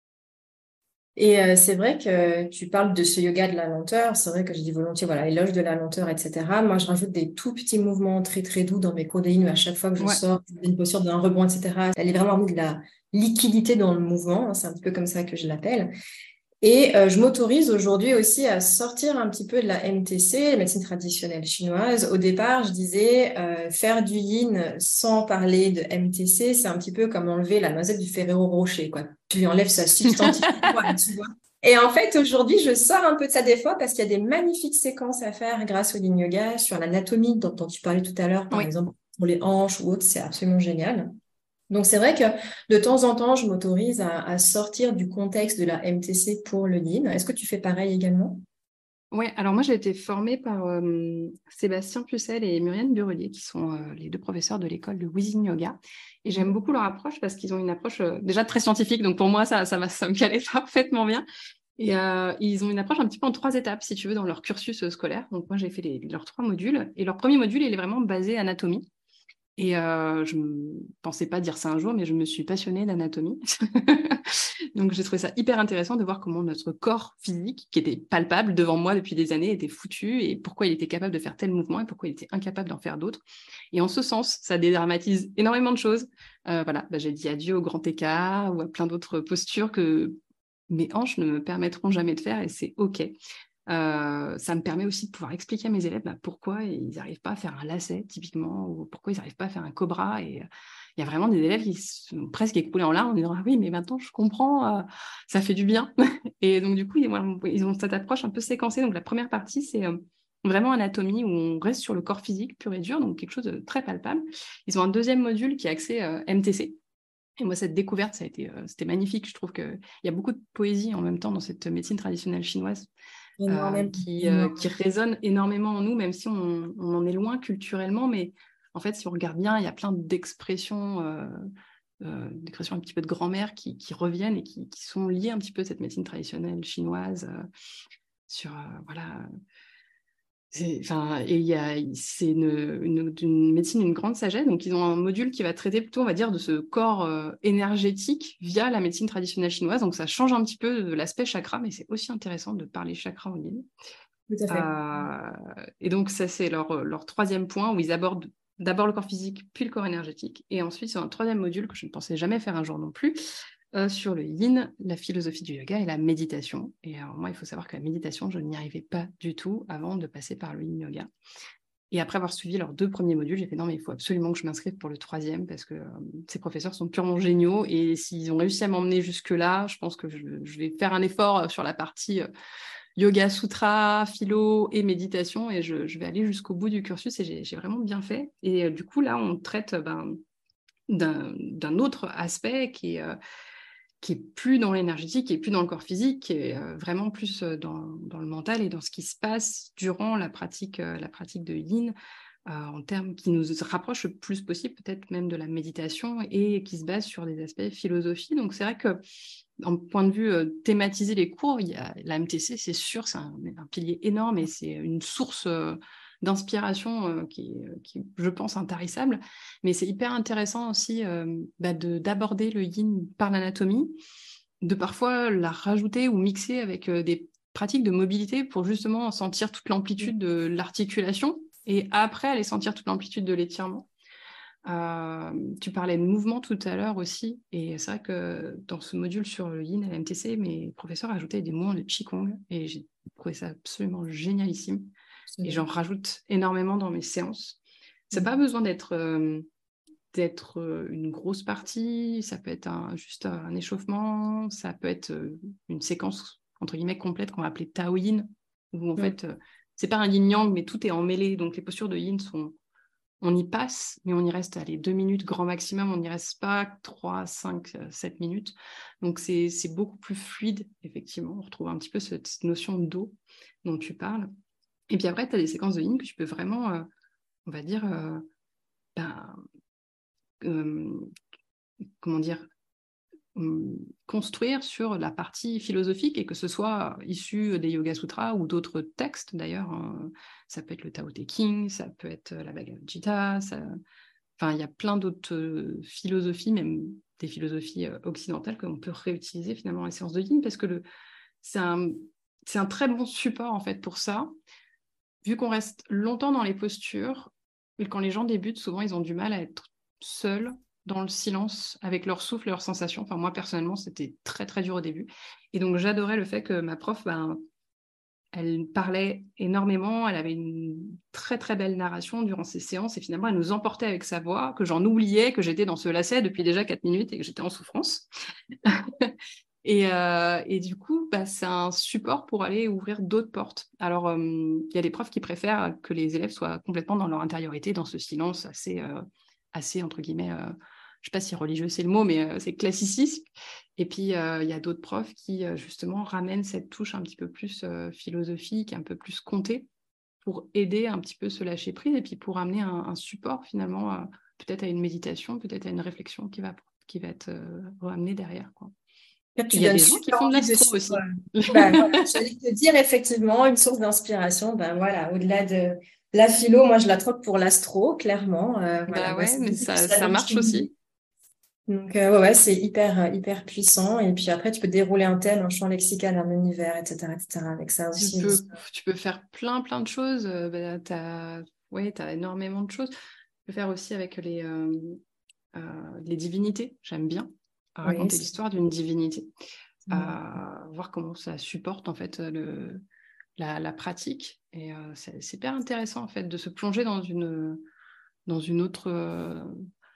Et euh, c'est vrai que tu parles de ce yoga de la lenteur. C'est vrai que je dis volontiers, voilà, éloge de la lenteur, et cetera. Moi, je rajoute des tout petits mouvements très, très doux dans mes cours de yin. À chaque fois que je Ouais. sors d'une posture d'un rebond, et cetera. Elle est vraiment mis de la liquidité dans le mouvement. C'est un petit peu comme ça que je l'appelle. Et euh, je m'autorise aujourd'hui aussi à sortir un petit peu de la M T C, la médecine traditionnelle chinoise. Au départ, je disais euh, faire du yin sans parler de M T C, c'est un petit peu comme enlever la noisette du Ferrero Rocher, quoi. Tu lui enlèves sa substance, tu vois. Et en fait, aujourd'hui, je sors un peu de ça des fois parce qu'il y a des magnifiques séquences à faire grâce au yin yoga sur l'anatomie dont, dont tu parlais tout à l'heure, par Oui. exemple pour les hanches ou autres, c'est absolument génial. Donc, c'est vrai que de temps en temps, je m'autorise à, à sortir du contexte de la M T C pour le yin. Est-ce que tu fais pareil également? Ouais, alors moi j'ai été formée par euh, Sébastien Pucelle et Muriane Burelier, qui sont euh, les deux professeurs de l'école de Wizin Yoga. Et j'aime beaucoup leur approche parce qu'ils ont une approche euh, déjà très scientifique, donc pour moi ça, ça, va, ça me calait parfaitement bien. Et euh, ils ont une approche un petit peu en trois étapes, si tu veux, dans leur cursus euh, scolaire. Donc moi j'ai fait les, leurs trois modules. Et leur premier module, il est vraiment basé anatomie. Et euh, je ne pensais pas dire ça un jour, mais je me suis passionnée d'anatomie. Donc j'ai trouvé ça hyper intéressant de voir comment notre corps physique, qui était palpable devant moi depuis des années, était foutu et pourquoi il était capable de faire tel mouvement et pourquoi il était incapable d'en faire d'autres. Et en ce sens, ça dédramatise énormément de choses. Euh, voilà, bah, j'ai dit adieu au grand écart ou à plein d'autres postures que mes hanches ne me permettront jamais de faire et c'est OK. Euh, ça me permet aussi de pouvoir expliquer à mes élèves bah, pourquoi ils n'arrivent pas à faire un lacet typiquement ou pourquoi ils n'arrivent pas à faire un cobra. Et euh, il y a vraiment des élèves qui sont presque écroulés en larmes en disant ah oui mais maintenant je comprends, euh, ça fait du bien. Et donc du coup ils, voilà, ils ont cette approche un peu séquencée. Donc la première partie c'est euh, vraiment anatomie où on reste sur le corps physique pur et dur, donc quelque chose de très palpable. Ils ont un deuxième module qui est axé euh, M T C. Et moi, cette découverte, ça a été, euh, c'était magnifique. Je trouve qu'il y a beaucoup de poésie en même temps dans cette médecine traditionnelle chinoise euh, qui, euh, qui résonne énormément en nous, même si on, on en est loin culturellement. Mais en fait, si on regarde bien, il y a plein d'expressions, euh, euh, d'expressions un petit peu de grand-mère qui, qui reviennent et qui, qui sont liées un petit peu à cette médecine traditionnelle chinoise. Euh, sur, euh, voilà... C'est, enfin, et il y a, c'est une, une, une médecine d'une grande sagesse. Donc, ils ont un module qui va traiter plutôt, on va dire, de ce corps euh, énergétique via la médecine traditionnelle chinoise. Donc, ça change un petit peu de l'aspect chakra, mais c'est aussi intéressant de parler chakra en ligne. Tout à fait. Euh, et donc, ça, c'est leur, leur troisième point où ils abordent d'abord le corps physique, puis le corps énergétique. Et ensuite, c'est un troisième module que je ne pensais jamais faire un jour non plus, Euh, sur le yin, la philosophie du yoga et la méditation. Et alors moi, il faut savoir que la méditation, je n'y arrivais pas du tout avant de passer par le yin yoga. Et après avoir suivi leurs deux premiers modules, j'ai fait non, mais il faut absolument que je m'inscrive pour le troisième parce que euh, ces professeurs sont purement géniaux et s'ils ont réussi à m'emmener jusque-là, je pense que je, je vais faire un effort sur la partie euh, yoga sutra, philo et méditation et je, je vais aller jusqu'au bout du cursus et j'ai, j'ai vraiment bien fait. Et euh, du coup, là, on traite ben, d'un, d'un autre aspect qui est... Euh, qui est plus dans l'énergétique, qui est plus dans le corps physique, qui est euh, vraiment plus euh, dans, dans le mental et dans ce qui se passe durant la pratique, euh, la pratique de yin, euh, en termes qui nous rapproche le plus possible, peut-être même de la méditation, et qui se base sur des aspects philosophie. Donc c'est vrai que, en point de vue euh, thématiser les cours, il y a, la M T C, c'est sûr, c'est un, un pilier énorme et c'est une source euh, d'inspiration euh, qui, qui, je pense, intarissable. Mais c'est hyper intéressant aussi euh, bah de, d'aborder le yin par l'anatomie, de parfois la rajouter ou mixer avec euh, des pratiques de mobilité pour justement sentir toute l'amplitude de l'articulation et après aller sentir toute l'amplitude de l'étirement. Euh, tu parlais de mouvement tout à l'heure aussi, et c'est vrai que dans ce module sur le yin et la M T C, mes professeurs ajoutaient des mouvements de Qigong, et j'ai trouvé ça absolument génialissime, et j'en rajoute énormément dans mes séances. Ça n'a pas besoin d'être, euh, d'être euh, une grosse partie, ça peut être un, juste un échauffement, ça peut être euh, une séquence entre guillemets complète qu'on va appeler Tao Yin, où en mm. fait, euh, c'est pas un yin-yang, mais tout est emmêlé, donc les postures de yin sont... On y passe, mais on y reste, allez, deux minutes grand maximum, on n'y reste pas trois, cinq, sept minutes. Donc, c'est, c'est beaucoup plus fluide, effectivement. On retrouve un petit peu cette, cette notion d'eau dont tu parles. Et puis après, tu as des séquences de yin que tu peux vraiment, euh, on va dire, euh, ben, euh, comment dire, construire sur la partie philosophique et que ce soit issu des Yoga Sutras ou d'autres textes d'ailleurs. Hein. Ça peut être le Tao Te Ching, ça peut être la Bhagavad Gita, ça... enfin il y a plein d'autres euh, philosophies, même des philosophies euh, occidentales que l'on peut réutiliser finalement dans les séances de yin parce que le... c'est, un... c'est un très bon support en fait pour ça. Vu qu'on reste longtemps dans les postures et quand les gens débutent, souvent ils ont du mal à être seuls dans le silence, avec leur souffle et leurs sensations. Enfin, moi, personnellement, c'était très, très dur au début. Et donc, j'adorais le fait que ma prof, ben, elle parlait énormément, elle avait une très, très belle narration durant ses séances, et finalement, elle nous emportait avec sa voix, que j'en oubliais, que j'étais dans ce lacet depuis déjà quatre minutes et que j'étais en souffrance. et, euh, et du coup, bah, c'est un support pour aller ouvrir d'autres portes. Alors, il euh, y a des profs qui préfèrent que les élèves soient complètement dans leur intériorité, dans ce silence assez... Euh, assez, entre guillemets, euh, je ne sais pas si religieux c'est le mot, mais euh, c'est classicisme. Et puis, il euh, y a d'autres profs qui, euh, justement, ramènent cette touche un petit peu plus euh, philosophique, un peu plus comptée, pour aider un petit peu ce lâcher prise et puis pour amener un, un support, finalement, euh, peut-être à une méditation, peut-être à une réflexion qui va, qui va être euh, ramenée derrière, quoi. Tu il y a donnes des gens qui font de l'astro aussi. Ben, voilà, j'allais te dire, effectivement, une source d'inspiration, ben voilà, au-delà de la philo, moi je la troque pour l'astro, clairement. Euh, voilà, bah ouais, ben, mais ça, ça, ça marche aussi. Donc euh, ouais, ouais, c'est hyper, hyper puissant. Et puis après, tu peux dérouler un thème, un champ lexical, un univers, et cetera, et cetera avec ça tu aussi. Peux, tu peux faire plein, plein de choses. Euh, bah, tu as ouais, t'as énormément de choses. Tu peux faire aussi avec les, euh, euh, les divinités. J'aime bien raconter oui, l'histoire d'une divinité. Euh, voir comment ça supporte en fait le, la, la pratique. Et euh, c'est, c'est hyper intéressant en fait de se plonger dans une, dans une autre... Euh,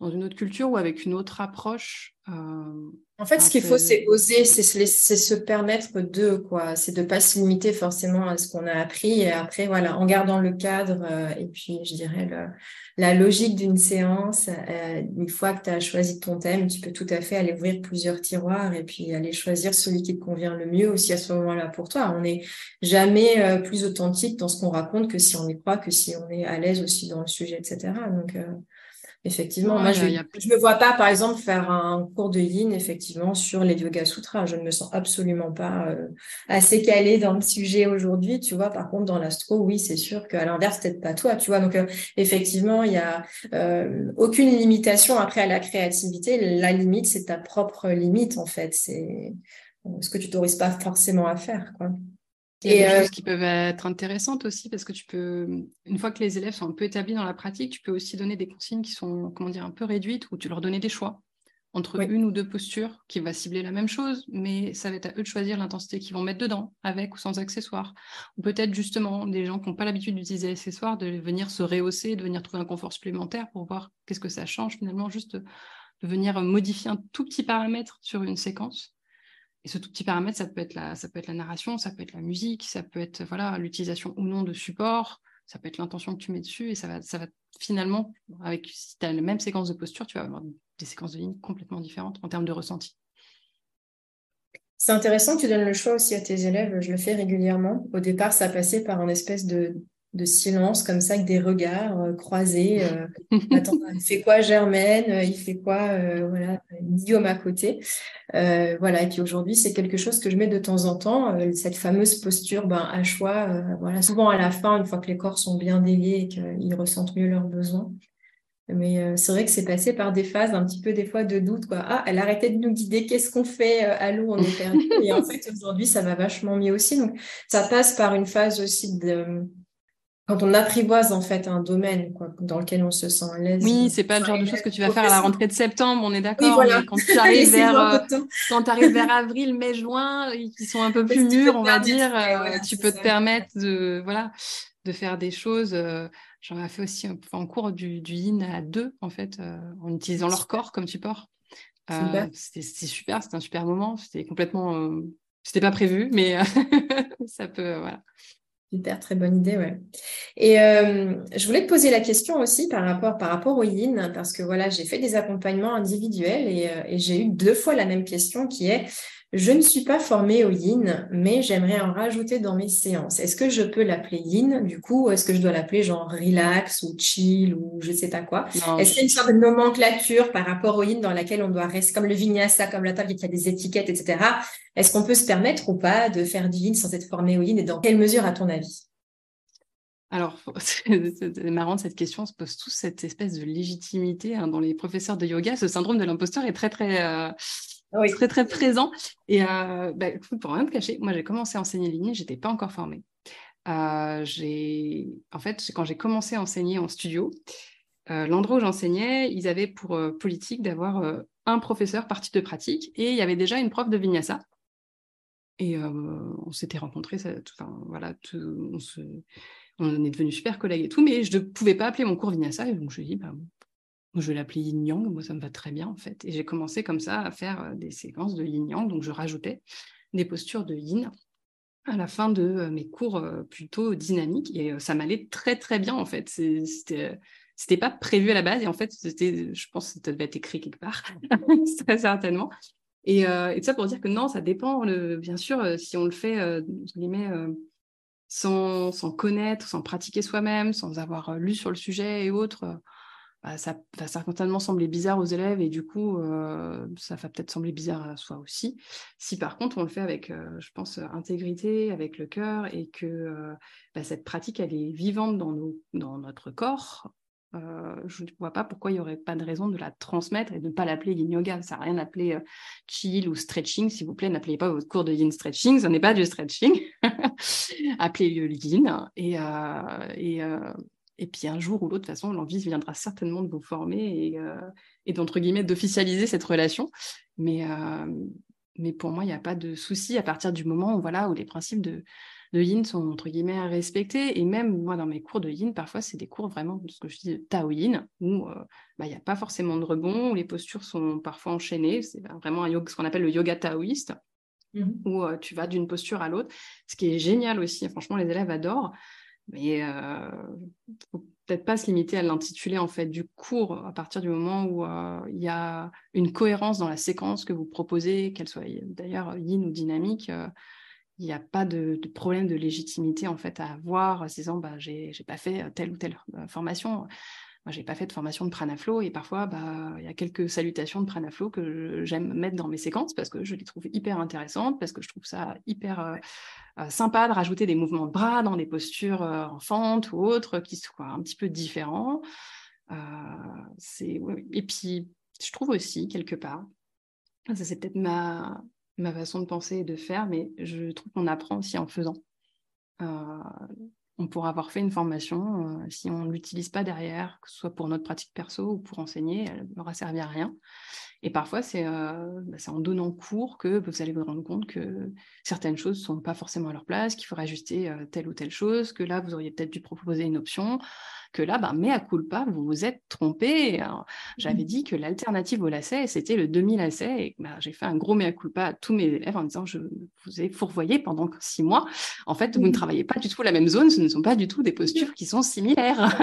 dans une autre culture ou avec une autre approche. Euh, En fait, enfin, ce qu'il faut, c'est... c'est oser, c'est se, laisser- c'est se permettre de, quoi. C'est de pas se limiter forcément à ce qu'on a appris. Et après, voilà, en gardant le cadre euh, et puis, je dirais, le- la logique d'une séance, euh, une fois que tu as choisi ton thème, tu peux tout à fait aller ouvrir plusieurs tiroirs et puis aller choisir celui qui te convient le mieux aussi à ce moment-là pour toi. On n'est jamais euh, plus authentique dans ce qu'on raconte que si on y croit, que si on est à l'aise aussi dans le sujet, et cetera. Donc, euh, effectivement, Non, moi, il y je a, ne il y a... me vois pas, par exemple, faire un cours de yin, effectivement, sur les Yoga Sutras. Je ne me sens absolument pas euh, assez calée dans le sujet aujourd'hui, tu vois. Par contre, dans l'astro, oui, c'est sûr qu'à l'inverse, peut-être pas toi, tu vois. Donc, euh, effectivement, il y a euh, aucune limitation après à la créativité. La limite, c'est ta propre limite, en fait. C'est euh, ce que tu t'autorises pas forcément à faire, quoi. Il y a Et des euh, choses qui peuvent être intéressantes aussi parce que tu peux, une fois que les élèves sont un peu établis dans la pratique, tu peux aussi donner des consignes qui sont, comment dire, un peu réduites où tu leur donnais des choix entre oui. une ou deux postures qui va cibler la même chose, mais ça va être à eux de choisir l'intensité qu'ils vont mettre dedans, avec ou sans accessoires. Ou peut-être justement des gens qui n'ont pas l'habitude d'utiliser accessoires, de venir se rehausser, de venir trouver un confort supplémentaire pour voir qu'est-ce que ça change finalement, juste de venir modifier un tout petit paramètre sur une séquence. Et ce tout petit paramètre, ça peut être la, ça peut être la narration, ça peut être la musique, ça peut être voilà, l'utilisation ou non de support, ça peut être l'intention que tu mets dessus, et ça va, ça va finalement, avec, si tu as la même séquence de posture, tu vas avoir des séquences de lignes complètement différentes en termes de ressenti. C'est intéressant que tu donnes le choix aussi à tes élèves. Je le fais régulièrement. Au départ, ça passait par un espèce de, de silence, comme ça, avec des regards euh, croisés. Euh, Attends, il fait quoi Germaine? Euh, Il fait quoi euh, voilà, Guillaume à côté. Euh, voilà. Et puis aujourd'hui, c'est quelque chose que je mets de temps en temps. Euh, cette fameuse posture ben, à choix. Euh, voilà, souvent à la fin, une fois que les corps sont bien déliés et qu'ils ressentent mieux leurs besoins. Mais euh, c'est vrai que c'est passé par des phases un petit peu des fois de doute, quoi. Ah, elle arrêtait de nous guider, qu'est-ce qu'on fait? Euh, Allô, on est perdu. Et en fait, aujourd'hui, ça va vachement mieux aussi. Donc, ça passe par une phase aussi de... Quand on apprivoise en fait un domaine, quoi, dans lequel on se sent à l'aise. Oui, euh, c'est pas le Soit genre de choses élève que ou tu vas faire à la professeur. rentrée de septembre, on est Oui, d'accord, voilà. mais quand tu arrives Laissez-nous vers, un peu euh, de temps. quand tu arrives vers avril, mai, juin, qui sont un peu plus Est-ce que tu peux mûrs, te on va permettre? dire, Ouais, euh, voilà, tu c'est peux te ça. permettre de, voilà, de faire des choses. Euh, j'en ai fait aussi un- en cours du, du yin à deux, en fait, euh, en utilisant leur Super. corps comme support. Euh, Super. c'était, c'était super, c'était un super moment. C'était complètement, euh, c'était pas prévu, mais euh, ça peut, euh, voilà. Super, très bonne idée, ouais. Et euh, je voulais te poser la question aussi par rapport, par rapport au yin, parce que voilà, j'ai fait des accompagnements individuels et, euh, et j'ai eu deux fois la même question qui est, je ne suis pas formée au yin, mais j'aimerais en rajouter dans mes séances. Est-ce que je peux l'appeler yin du coup, ou est-ce que je dois l'appeler genre relax ou chill ou je sais pas quoi? Non, Est-ce qu'il y a une je- sorte de nomenclature par rapport au yin dans laquelle on doit rester, comme le vinyasa, comme la table, il y a des étiquettes, et cetera. Est-ce qu'on peut se permettre ou pas de faire du yin sans être formé au yin et dans quelle mesure à ton avis? Alors, c'est c'est marrant cette question, on se pose tous cette espèce de légitimité hein, dans les professeurs de yoga. Ce syndrome de l'imposteur est très, très, euh, Oui. très, très présent. Et euh, bah, écoute, pour rien te cacher, moi, j'ai commencé à enseigner ligne, j'étais pas encore formée. Euh, j'ai... En fait, quand j'ai commencé à enseigner en studio, euh, l'endroit où j'enseignais, ils avaient pour euh, politique d'avoir euh, un professeur par type de pratique et il y avait déjà une prof de vinyasa. Et euh, on s'était rencontrés, ça, tout, enfin, voilà, tout, on, se, on est devenus super collègues et tout, mais je ne pouvais pas appeler mon cours vinyasa, et donc je me suis dit, bah, je vais l'appeler yin yang, moi ça me va très bien en fait. Et j'ai commencé comme ça à faire euh, des séquences de yin yang, donc je rajoutais des postures de yin à la fin de euh, mes cours euh, plutôt dynamiques, et euh, ça m'allait très très bien en fait. C'est, c'était, c'était pas prévu à la base, et en fait, c'était, je pense que ça devait être écrit quelque part, très certainement. Et, euh, et tout ça pour dire que non, ça dépend, le, bien sûr, euh, si on le fait, euh, entre guillemets, euh, sans, sans connaître, sans pratiquer soi-même, sans avoir euh, lu sur le sujet et autres, euh, bah, ça va certainement sembler bizarre aux élèves et du coup, euh, ça va peut-être sembler bizarre à soi aussi. Si par contre, on le fait avec, euh, je pense, euh, intégrité, avec le cœur et que euh, bah, cette pratique, elle est vivante dans, nos, dans notre corps, euh, je ne vois pas pourquoi il n'y aurait pas de raison de la transmettre et de ne pas l'appeler yin yoga. Ça n'a rien à appeler euh, chill ou stretching. S'il vous plaît, n'appelez pas votre cours de yin stretching. Ce n'est pas du stretching. Appelez-le yin. Et, euh, et, euh, et puis un jour ou l'autre, de toute façon, l'envie viendra certainement de vous former et, euh, et d'entre guillemets d'officialiser cette relation. Mais, euh, mais pour moi, il n'y a pas de souci à partir du moment où, voilà, où les principes de, de yin sont, entre guillemets, respectés. Et même, moi, dans mes cours de yin, parfois, c'est des cours vraiment de ce que je dis de Tao Yin, où euh, bah, il n'y a pas forcément de rebond, où les postures sont parfois enchaînées. C'est vraiment un yoga, ce qu'on appelle le yoga taoïste, mmh. où euh, tu vas d'une posture à l'autre, ce qui est génial aussi. Franchement, les élèves adorent. Mais il euh, ne faut peut-être pas se limiter à l'intitulé en fait, du cours à partir du moment où il euh, y a une cohérence dans la séquence que vous proposez, qu'elle soit d'ailleurs yin ou dynamique. Il euh, n'y a pas de, de problème de légitimité en fait, à avoir en se disant bah, « j'ai pas fait telle ou telle euh, formation ». Moi, je n'ai pas fait de formation de pranaflow et parfois, bah, il y a quelques salutations de pranaflow que j'aime mettre dans mes séquences parce que je les trouve hyper intéressantes, parce que je trouve ça hyper euh, euh, sympa de rajouter des mouvements de bras dans des postures euh, en fente ou autres qui soient un petit peu différents. Euh, c'est, oui. Et puis, je trouve aussi, quelque part, ça c'est peut-être ma, ma façon de penser et de faire, mais je trouve qu'on apprend aussi en faisant. Euh, on pourra avoir fait une formation, euh, si on ne l'utilise pas derrière, que ce soit pour notre pratique perso ou pour enseigner, elle n'aura servi à rien. Et parfois, c'est euh, bah, en donnant cours que vous allez vous rendre compte que certaines choses ne sont pas forcément à leur place, qu'il faudrait ajuster euh, telle ou telle chose, que là, vous auriez peut-être dû proposer une option, que là, bah, mea culpa, vous vous êtes trompé. J'avais dit que l'alternative au lacet, c'était le demi-lacet, et bah, j'ai fait un gros mea culpa à tous mes élèves en disant, je vous ai fourvoyé pendant six mois. En fait, vous ne travaillez pas du tout la même zone, ce ne sont pas du tout des postures qui sont similaires.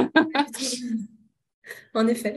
En effet.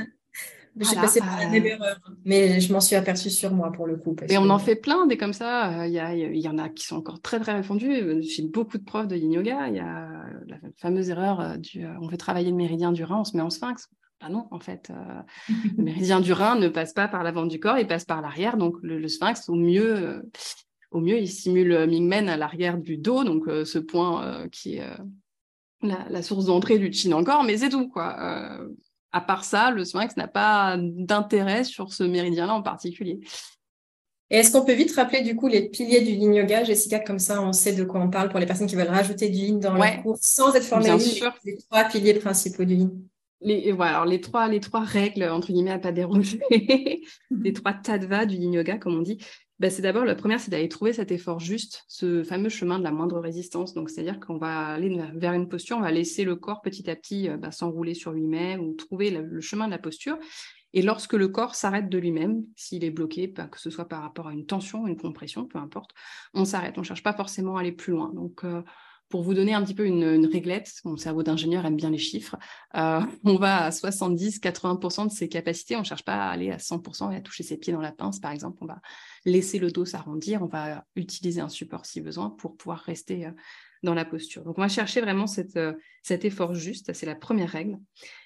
Je suis passée par la même erreur, mais je m'en suis aperçue sur moi pour le coup. Parce Mais que... on en fait plein des comme ça. Il y, a, il y en a qui sont encore très très répandus. Chez beaucoup de profs de yin yoga, il y a la fameuse erreur du euh, on veut travailler le méridien du rein, on se met en sphinx. Ah non, en fait, euh, le méridien du rein ne passe pas par l'avant du corps, il passe par l'arrière. Donc le, le sphinx, au mieux, euh, au mieux, il simule Mingmen à l'arrière du dos, donc euh, ce point euh, qui est euh, la, la source d'entrée du chin encore, mais c'est tout, quoi. Euh, à part ça, le sphinx n'a pas d'intérêt sur ce méridien-là en particulier. Et est-ce qu'on peut vite rappeler du coup les piliers du yin yoga, Jessica, comme ça on sait de quoi on parle pour les personnes qui veulent rajouter du yin dans ouais, leur cours sans être formées au yin, les trois piliers principaux du yin. Les, voilà, alors les trois, les trois règles, entre guillemets, à pas déroger, les trois tattvas du yin yoga, comme on dit, bah, c'est d'abord, la première, c'est d'aller trouver cet effort juste, ce fameux chemin de la moindre résistance. Donc, c'est-à-dire qu'on va aller vers une posture, on va laisser le corps petit à petit bah, s'enrouler sur lui-même ou trouver le, le chemin de la posture. Et lorsque le corps s'arrête de lui-même, s'il est bloqué, que ce soit par rapport à une tension, une compression, peu importe, on s'arrête. On ne cherche pas forcément à aller plus loin. Donc, euh, pour vous donner un petit peu une, une réglette, mon cerveau d'ingénieur aime bien les chiffres, euh, on va à soixante-dix à quatre-vingts pour cent de ses capacités, on ne cherche pas à aller à cent pour cent et à toucher ses pieds dans la pince, par exemple. On va laisser le dos s'arrondir, on va utiliser un support si besoin pour pouvoir rester euh, dans la posture. Donc, on va chercher vraiment cette, euh, cet effort juste, c'est la première règle.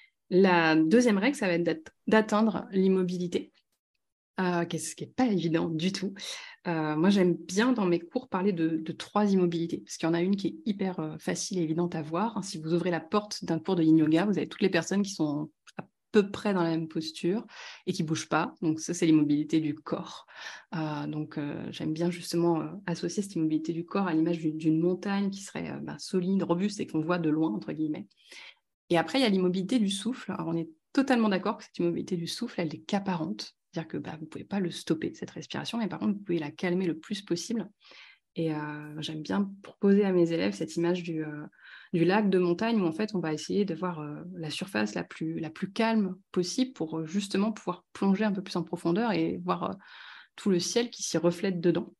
La deuxième règle, ça va être d'atteindre l'immobilité, euh, ce qui n'est pas évident du tout. Euh, moi, j'aime bien dans mes cours parler de, de trois immobilités, parce qu'il y en a une qui est hyper euh, facile et évidente à voir. Hein. Si vous ouvrez la porte d'un cours de yin yoga, vous avez toutes les personnes qui sont à peu près dans la même posture et qui ne bougent pas. Donc ça, c'est l'immobilité du corps. Euh, donc euh, j'aime bien justement euh, associer cette immobilité du corps à l'image d'une montagne qui serait euh, bah, solide, robuste et qu'on voit de loin, entre guillemets. Et après, il y a l'immobilité du souffle. Alors, on est totalement d'accord que cette immobilité du souffle, elle est qu'apparente. C'est-à-dire que bah, vous ne pouvez pas le stopper, cette respiration, mais par contre, vous pouvez la calmer le plus possible. Et euh, j'aime bien proposer à mes élèves cette image du, euh, du lac de montagne où en fait, on va essayer de voir euh, la surface la plus, la plus calme possible pour euh, justement pouvoir plonger un peu plus en profondeur et voir euh, tout le ciel qui s'y reflète dedans.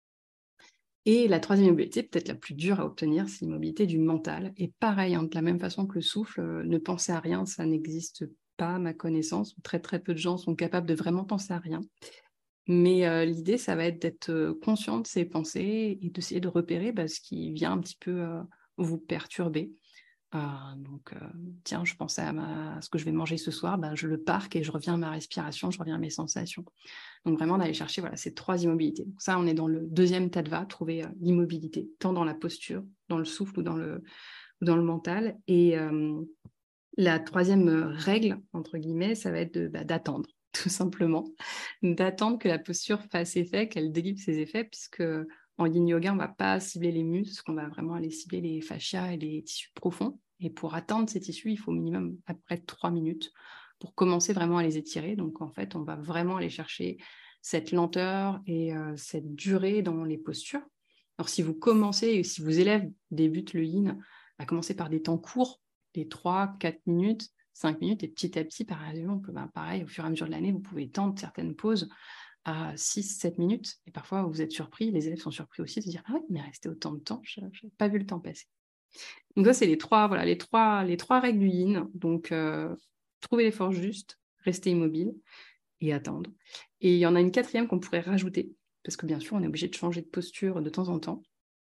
Et la troisième immobilité, peut-être la plus dure à obtenir, c'est l'immobilité du mental. Et pareil, hein, de la même façon que le souffle, euh, ne penser à rien, ça n'existe pas à ma connaissance. Très très peu de gens sont capables de vraiment penser à rien. Mais euh, l'idée, ça va être d'être euh, conscient de ses pensées et d'essayer de repérer bah, ce qui vient un petit peu euh, vous perturber. Euh, donc, euh, tiens, je pensais à, ma... à ce que je vais manger ce soir, bah, je le parque et je reviens à ma respiration, je reviens à mes sensations. Donc, vraiment, d'aller chercher voilà, ces trois immobilités. Donc, ça, on est dans le deuxième tattva, trouver euh, l'immobilité, tant dans la posture, dans le souffle ou dans le, ou dans le mental. Et euh, la troisième règle, entre guillemets, ça va être de, bah, d'attendre, tout simplement. D'attendre que la posture fasse effet, qu'elle délivre ses effets, puisque en yin yoga, on ne va pas cibler les muscles, on va vraiment aller cibler les fascias et les tissus profonds. Et pour atteindre ces tissus, il faut au minimum à peu près trois minutes pour commencer vraiment à les étirer. Donc, en fait, on va vraiment aller chercher cette lenteur et euh, cette durée dans les postures. Alors, si vous commencez, et si vos élèves débutent le yin, à commencer par des temps courts, des trois, quatre minutes, cinq minutes, et petit à petit, par exemple, ben, pareil, au fur et à mesure de l'année, vous pouvez tendre certaines pauses à six, sept minutes, et parfois vous êtes surpris, les élèves sont surpris aussi de se dire « Ah oui, il est resté autant de temps, je n'avais pas vu le temps passer ». Donc ça, c'est les trois, voilà, les trois, les trois règles du yin. Donc, euh, trouver l'effort juste, rester immobile et attendre. Et il y en a une quatrième qu'on pourrait rajouter, parce que bien sûr, on est obligé de changer de posture de temps en temps.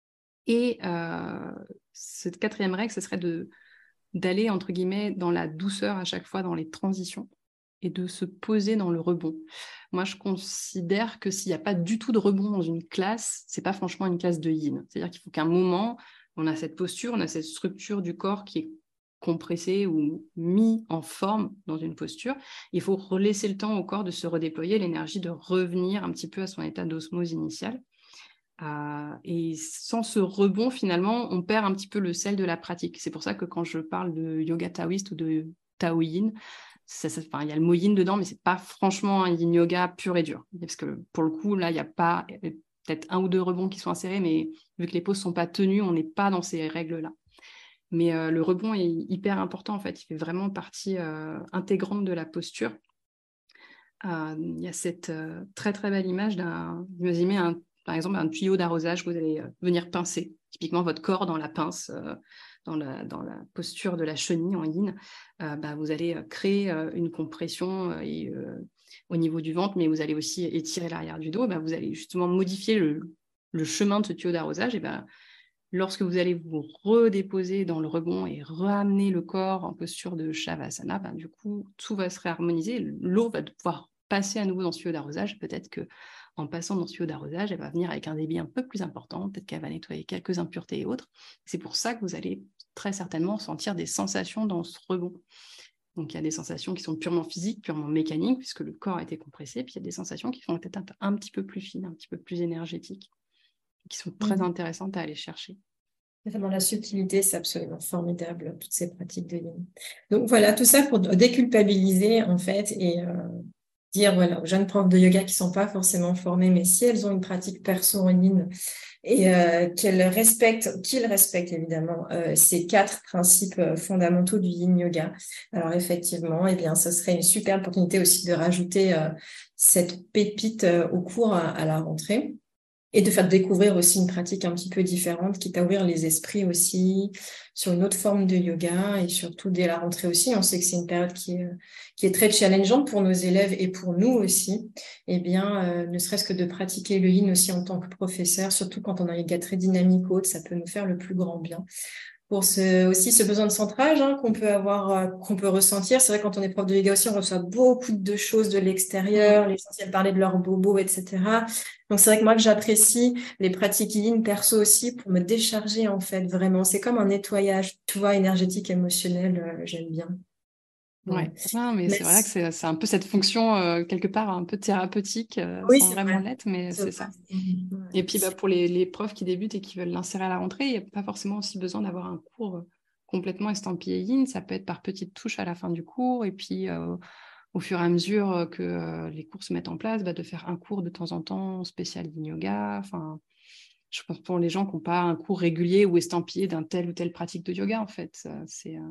Et euh, cette quatrième règle, ce serait de, d'aller, entre guillemets, dans la douceur à chaque fois dans les transitions et de se poser dans le rebond. Moi, je considère que s'il n'y a pas du tout de rebond dans une classe, ce n'est pas franchement une classe de yin. C'est-à-dire qu'il faut qu'à un moment, on a cette posture, on a cette structure du corps qui est compressée ou mis en forme dans une posture. Il faut laisser le temps au corps de se redéployer, l'énergie de revenir un petit peu à son état d'osmose initial. Euh, et sans ce rebond, finalement, on perd un petit peu le sel de la pratique. C'est pour ça que quand je parle de yoga taoïste ou de Tao Yin, ça, ça, enfin, il y a le mot yin dedans, mais c'est pas franchement un yin yoga pur et dur. Parce que pour le coup, là, il n'y a pas peut-être un ou deux rebonds qui sont insérés, mais vu que les poses ne sont pas tenues, on n'est pas dans ces règles-là. Mais euh, le rebond est hyper important, en fait. Il fait vraiment partie euh, intégrante de la posture. Euh, il y a cette euh, très, très belle image d'un... Imaginez un par exemple, un tuyau d'arrosage que vous allez euh, venir pincer, typiquement votre corps dans la pince, euh, dans, la, dans la posture de la chenille en yin, euh, bah, vous allez euh, créer euh, une compression euh, et, euh, au niveau du ventre, mais vous allez aussi étirer l'arrière du dos, bah, vous allez justement modifier le, le chemin de ce tuyau d'arrosage, et bah, lorsque vous allez vous redéposer dans le rebond et ramener le corps en posture de Shavasana, bah, du coup, tout va se réharmoniser, l'eau va pouvoir passer à nouveau dans ce tuyau d'arrosage, peut-être que en passant dans ce tuyau d'arrosage, elle va venir avec un débit un peu plus important, peut-être qu'elle va nettoyer quelques impuretés et autres. C'est pour ça que vous allez très certainement sentir des sensations dans ce rebond. Donc, il y a des sensations qui sont purement physiques, purement mécaniques, puisque le corps a été compressé, puis il y a des sensations qui sont peut-être un, un petit peu plus fines, un petit peu plus énergétiques, qui sont très mmh. intéressantes à aller chercher. Dans la subtilité, c'est absolument formidable, toutes ces pratiques de yin. Donc voilà, tout ça pour déculpabiliser, en fait, et... Euh... dire voilà, aux jeunes profs de yoga qui ne sont pas forcément formés, mais si elles ont une pratique perso en yin et euh, qu'elles respectent, qu'ils respectent évidemment euh, ces quatre principes fondamentaux du yin yoga, alors effectivement, eh bien, ce serait une super opportunité aussi de rajouter euh, cette pépite euh, au cours à, à la rentrée. Et de faire découvrir aussi une pratique un petit peu différente, quitte à ouvrir les esprits aussi sur une autre forme de yoga et surtout dès la rentrée aussi. On sait que c'est une période qui est, qui est très challengeante pour nos élèves et pour nous aussi. Eh bien, euh, ne serait-ce que de pratiquer le yin aussi en tant que professeur, surtout quand on a un yoga très dynamique ou autre, ça peut nous faire le plus grand bien. Pour ce, aussi ce besoin de centrage hein, qu'on peut avoir, euh, qu'on peut ressentir. C'est vrai, quand on est prof de yoga aussi, on reçoit beaucoup de choses de l'extérieur, les gens viennent parler de leurs bobos, et cetera. Donc, c'est vrai que moi, que j'apprécie les pratiques yin perso aussi pour me décharger, en fait, vraiment. C'est comme un nettoyage, tu vois, énergétique, émotionnel, euh, j'aime bien. Ouais, non, mais c'est vrai que c'est, c'est un peu cette fonction, euh, quelque part, un peu thérapeutique, euh, oui, sans vraiment l'être, mais c'est, c'est ça. Mmh. Et puis, bah, pour les, les profs qui débutent et qui veulent l'insérer à la rentrée, il n'y a pas forcément aussi besoin d'avoir un cours complètement estampillé yin. Ça peut être par petites touches à la fin du cours. Et puis, euh, au fur et à mesure que euh, les cours se mettent en place, bah, de faire un cours de temps en temps spécial yin yoga. Enfin, je pense pour les gens qui n'ont pas un cours régulier ou estampillé d'un tel ou telle pratique de yoga, en fait, c'est... Euh,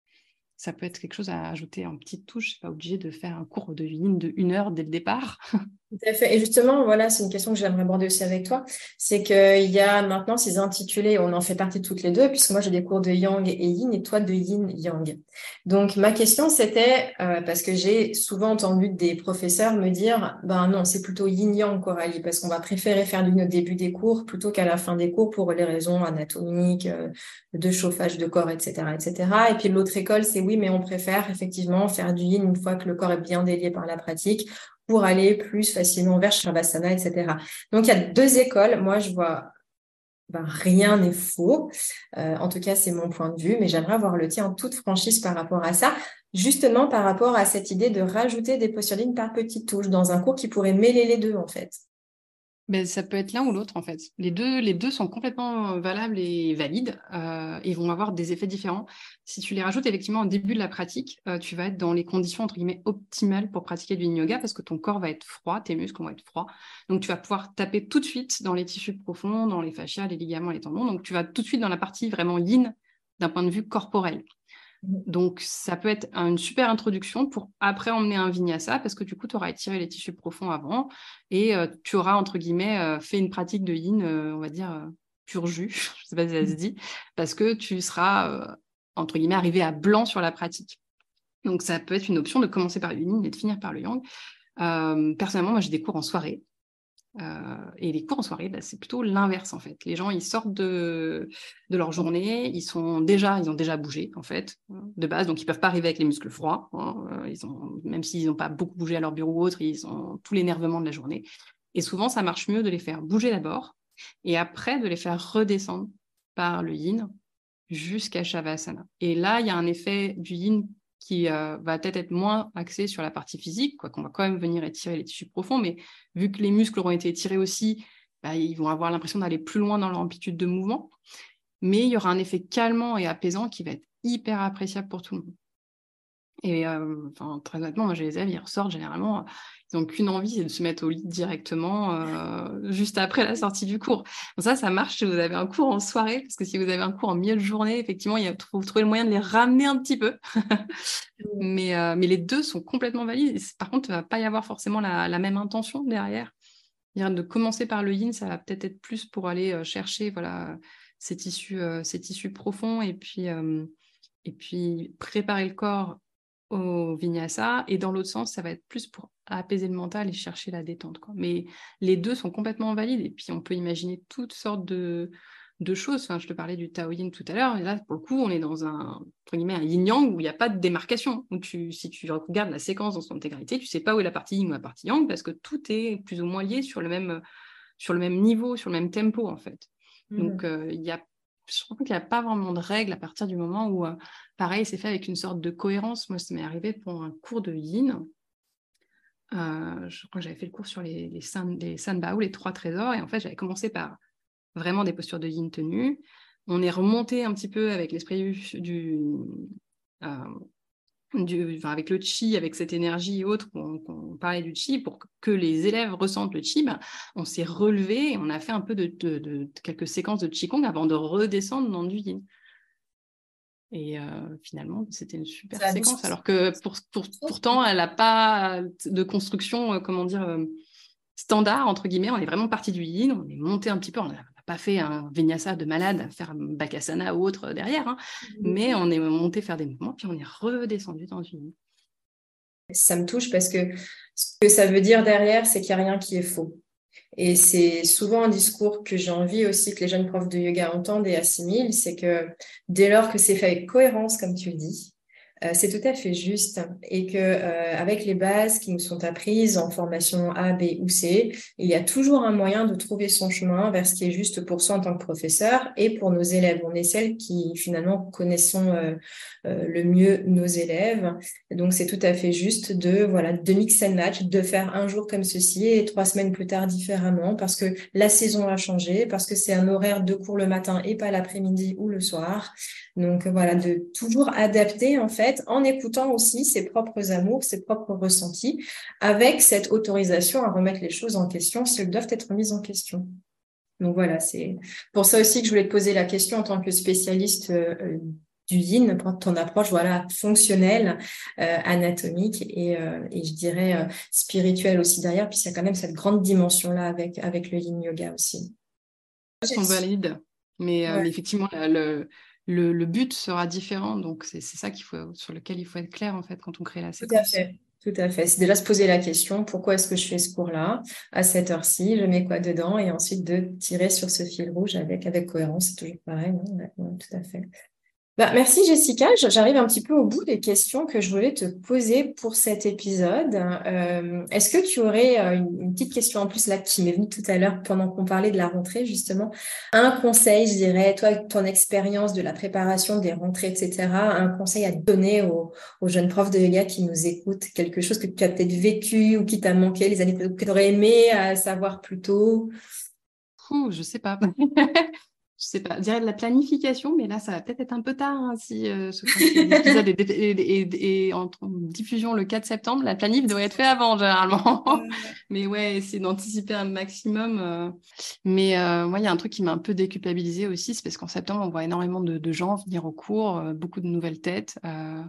ça peut être quelque chose à ajouter en petite touche. Je ne suis pas obligée de faire un cours de yin de une heure dès le départ. Tout à fait. Et justement, voilà, c'est une question que j'aimerais aborder aussi avec toi. C'est qu'il y a maintenant ces intitulés, on en fait partie toutes les deux, puisque moi j'ai des cours de yang et yin et toi de yin yang. Donc ma question c'était, euh, parce que j'ai souvent entendu des professeurs me dire, ben non, c'est plutôt yin yang Coralie, parce qu'on va préférer faire du yin au début des cours plutôt qu'à la fin des cours pour les raisons anatomiques, euh, de chauffage de corps, et cetera, et cetera. Et puis l'autre école, c'est oui, mais on préfère effectivement faire du yin une fois que le corps est bien délié par la pratique, pour aller plus facilement vers Shavasana, et cetera. Donc, il y a deux écoles. Moi, je vois, ben, rien n'est faux. Euh, en tout cas, c'est mon point de vue, mais j'aimerais avoir le tien en toute franchise par rapport à ça, justement par rapport à cette idée de rajouter des postures lignes par petites touches dans un cours qui pourrait mêler les deux, en fait. Ben, ça peut être l'un ou l'autre en fait. Les deux, les deux sont complètement valables et valides euh, et vont avoir des effets différents. Si tu les rajoutes effectivement au début de la pratique, euh, tu vas être dans les conditions entre guillemets optimales pour pratiquer du yin yoga parce que ton corps va être froid, tes muscles vont être froids. Donc tu vas pouvoir taper tout de suite dans les tissus profonds, dans les fascias, les ligaments, les tendons. Donc tu vas tout de suite dans la partie vraiment yin d'un point de vue corporel. Donc, ça peut être une super introduction pour après emmener un vinyasa parce que du coup, tu auras étiré les tissus profonds avant et euh, tu auras, entre guillemets, euh, fait une pratique de yin, euh, on va dire, euh, pur jus, je ne sais pas si ça se dit, parce que tu seras, euh, entre guillemets, arrivé à blanc sur la pratique. Donc, ça peut être une option de commencer par le yin et de finir par le yang. Euh, personnellement, moi, j'ai des cours en soirée. Euh, et les cours en soirée, bah, c'est plutôt l'inverse en fait. Les gens, ils sortent de, de leur journée, ils sont déjà, ils ont déjà bougé en fait de base, donc ils peuvent pas arriver avec les muscles froids. Hein. Ils ont, même s'ils n'ont pas beaucoup bougé à leur bureau ou autre, ils ont tout l'énervement de la journée. Et souvent, ça marche mieux de les faire bouger d'abord et après de les faire redescendre par le yin jusqu'à Shavasana. Et là, il y a un effet du yin qui euh, va peut-être être moins axé sur la partie physique, quoi qu'on va quand même venir étirer les tissus profonds, mais vu que les muscles auront été étirés aussi, bah, ils vont avoir l'impression d'aller plus loin dans leur amplitude de mouvement, mais il y aura un effet calmant et apaisant qui va être hyper appréciable pour tout le monde. Et euh, enfin, très honnêtement, moi j'ai les élèves, ils ressortent généralement, ils n'ont qu'une envie, c'est de se mettre au lit directement euh, juste après la sortie du cours. Donc ça, ça marche si vous avez un cours en soirée, parce que si vous avez un cours en milieu de journée, effectivement, il faut trouver le moyen de les ramener un petit peu. mais, euh, mais les deux sont complètement valides. Par contre, il ne va pas y avoir forcément la, la même intention derrière. De commencer par le yin, ça va peut-être être plus pour aller chercher voilà, ces, tissus, euh, ces tissus profonds et puis, euh, et puis préparer le corps au vinyasa, et dans l'autre sens, ça va être plus pour apaiser le mental et chercher la détente, quoi. Mais les deux sont complètement valides, et puis on peut imaginer toutes sortes de, de choses. Enfin, je te parlais du Tao Yin tout à l'heure, et là, pour le coup, on est dans un, entre guillemets, un yin-yang où il n'y a pas de démarcation. Où tu, si tu regardes la séquence dans son intégralité, tu ne sais pas où est la partie yin ou la partie yang, parce que tout est plus ou moins lié sur le même, sur le même niveau, sur le même tempo, en fait. Mm-hmm. Donc, euh, il y a je crois qu'il n'y a pas vraiment de règle à partir du moment où, euh, pareil, c'est fait avec une sorte de cohérence. Moi, ça m'est arrivé pour un cours de yin. Euh, je crois que j'avais fait le cours sur les, les, san, les sanbao, les trois trésors. Et en fait, j'avais commencé par vraiment des postures de yin tenues. On est remonté un petit peu avec l'esprit du... du euh, Du, enfin, avec le chi, avec cette énergie et autres, qu'on, qu'on parlait du chi, pour que les élèves ressentent le chi, ben, on s'est relevé et on a fait un peu de, de, de, de quelques séquences de qigong avant de redescendre dans du yin. Et euh, finalement, c'était une super ça séquence, alors que pour, pour, pourtant, elle n'a pas de construction, euh, comment dire, euh, standard, entre guillemets. On est vraiment parti du yin, on est monté un petit peu, on n'a pas fait un vinyasa de malade, faire un bakasana ou autre derrière, hein, mmh. mais on est monté faire des mouvements, puis on est redescendu dans du yin. Ça me touche parce que ce que ça veut dire derrière, c'est qu'il n'y a rien qui est faux. Et c'est souvent un discours que j'ai envie aussi que les jeunes profs de yoga entendent et assimilent, c'est que dès lors que c'est fait avec cohérence, comme tu le dis, Euh, c'est tout à fait juste, et que euh, avec les bases qui nous sont apprises en formation A, B ou C, il y a toujours un moyen de trouver son chemin vers ce qui est juste pour soi en tant que professeur et pour nos élèves. On est celles qui finalement connaissons euh, euh, le mieux nos élèves, donc c'est tout à fait juste de voilà de mix and match, de faire un jour comme ceci et trois semaines plus tard différemment, parce que la saison a changé, parce que c'est un horaire de cours le matin et pas l'après-midi ou le soir. Donc voilà, de toujours adapter en fait, en écoutant aussi ses propres amours, ses propres ressentis, avec cette autorisation à remettre les choses en question si elles doivent être mises en question. Donc voilà, c'est pour ça aussi que je voulais te poser la question en tant que spécialiste euh, du yin, pour ton approche voilà fonctionnelle, euh, anatomique et, euh, et je dirais euh, spirituelle aussi derrière. Puis il y a quand même cette grande dimension là avec avec le yin yoga aussi. On valide, mais, ouais. euh, mais effectivement le Le, le but sera différent, donc c'est, c'est ça qu'il faut, sur lequel il faut être clair en fait quand on crée la séquence. Tout à fait, tout à fait. C'est déjà se poser la question, pourquoi est-ce que je fais ce cours-là à cette heure-ci, je mets quoi dedans, et ensuite de tirer sur ce fil rouge avec, avec cohérence, c'est toujours pareil, non ouais, ouais, tout à fait. Bah, merci Jessica. J'arrive un petit peu au bout des questions que je voulais te poser pour cet épisode. Euh, est-ce que tu aurais euh, une, une petite question en plus là qui m'est venue tout à l'heure pendant qu'on parlait de la rentrée justement? Un conseil, je dirais, toi, avec ton expérience de la préparation des rentrées, et cetera, un conseil à donner aux, aux jeunes profs de yoga qui nous écoutent, quelque chose que tu as peut-être vécu ou qui t'a manqué les années que tu aurais aimé euh, savoir plus tôt? Ouh, je sais pas. Je sais pas, je dirais de la planification, mais là, ça va peut-être être un peu tard hein, si euh, ce quand l'épisode est, est, est, est en diffusion le quatre septembre. La planif doit être faite avant, généralement. Mais ouais, essayer d'anticiper un maximum. Euh... Mais euh, moi, il y a un truc qui m'a un peu déculpabilisée aussi, c'est parce qu'en septembre, on voit énormément de, de gens venir au cours, euh, beaucoup de nouvelles têtes. Euh...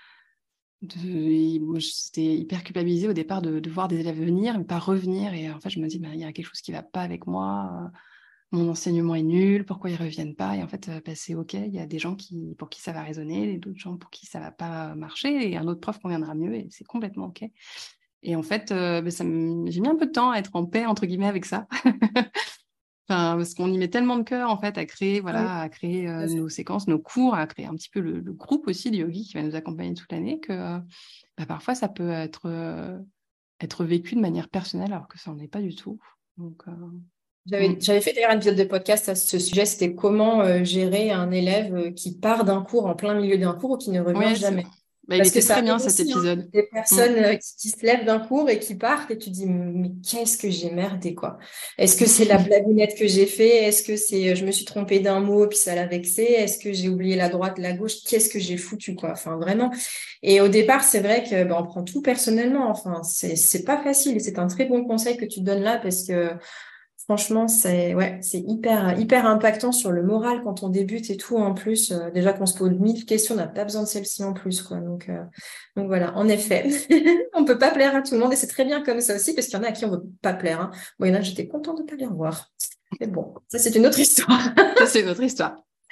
De... Moi, j'étais hyper culpabilisée au départ de, de voir des élèves venir, mais pas revenir. Et en fait, je me dis, bah, il y a quelque chose qui va pas avec moi. Mon enseignement est nul, pourquoi ils reviennent pas? Et en fait, bah, c'est OK, il y a des gens qui, pour qui ça va résonner, et d'autres gens pour qui ça va pas marcher, et un autre prof conviendra mieux, et c'est complètement OK. Et en fait, euh, bah, ça m... j'ai mis un peu de temps à être en paix, entre guillemets, avec ça. Enfin, parce qu'on y met tellement de cœur, en fait, à créer, voilà, oui. à créer euh, nos séquences, nos cours, à créer un petit peu le, le groupe aussi de yogis qui va nous accompagner toute l'année, que euh, bah, parfois, ça peut être, euh, être vécu de manière personnelle, alors que ça n'en est pas du tout. Donc... Euh... J'avais, mmh. j'avais fait d'ailleurs un épisode de podcast à ce sujet, c'était comment euh, gérer un élève euh, qui part d'un cours en plein milieu d'un cours ou qui ne revient ouais, jamais. Bah, il Parce était que ça très bien aussi, cet épisode. Hein, des personnes mmh. euh, qui, qui se lèvent d'un cours et qui partent et tu dis mais qu'est-ce que j'ai merdé quoi. Est-ce que c'est la blagounette que j'ai fait? Est-ce que c'est je me suis trompée d'un mot et puis ça l'a vexé? Est-ce que j'ai oublié la droite, la gauche? Qu'est-ce que j'ai foutu quoi? Enfin vraiment. Et au départ c'est vrai que bah, on prend tout personnellement. Enfin c'est c'est pas facile. C'est un très bon conseil que tu donnes là parce que franchement, c'est ouais, c'est hyper, hyper impactant sur le moral quand on débute et tout. En plus, euh, déjà qu'on se pose mille questions, on n'a pas besoin de celle-ci en plus, quoi. Donc, euh, donc voilà, en effet, on peut pas plaire à tout le monde et c'est très bien comme ça aussi parce qu'il y en a à qui on veut pas plaire. Hein. Bon, il y en a, j'étais contente de pas les revoir. Mais bon, ça c'est une autre histoire. Ça c'est une autre histoire.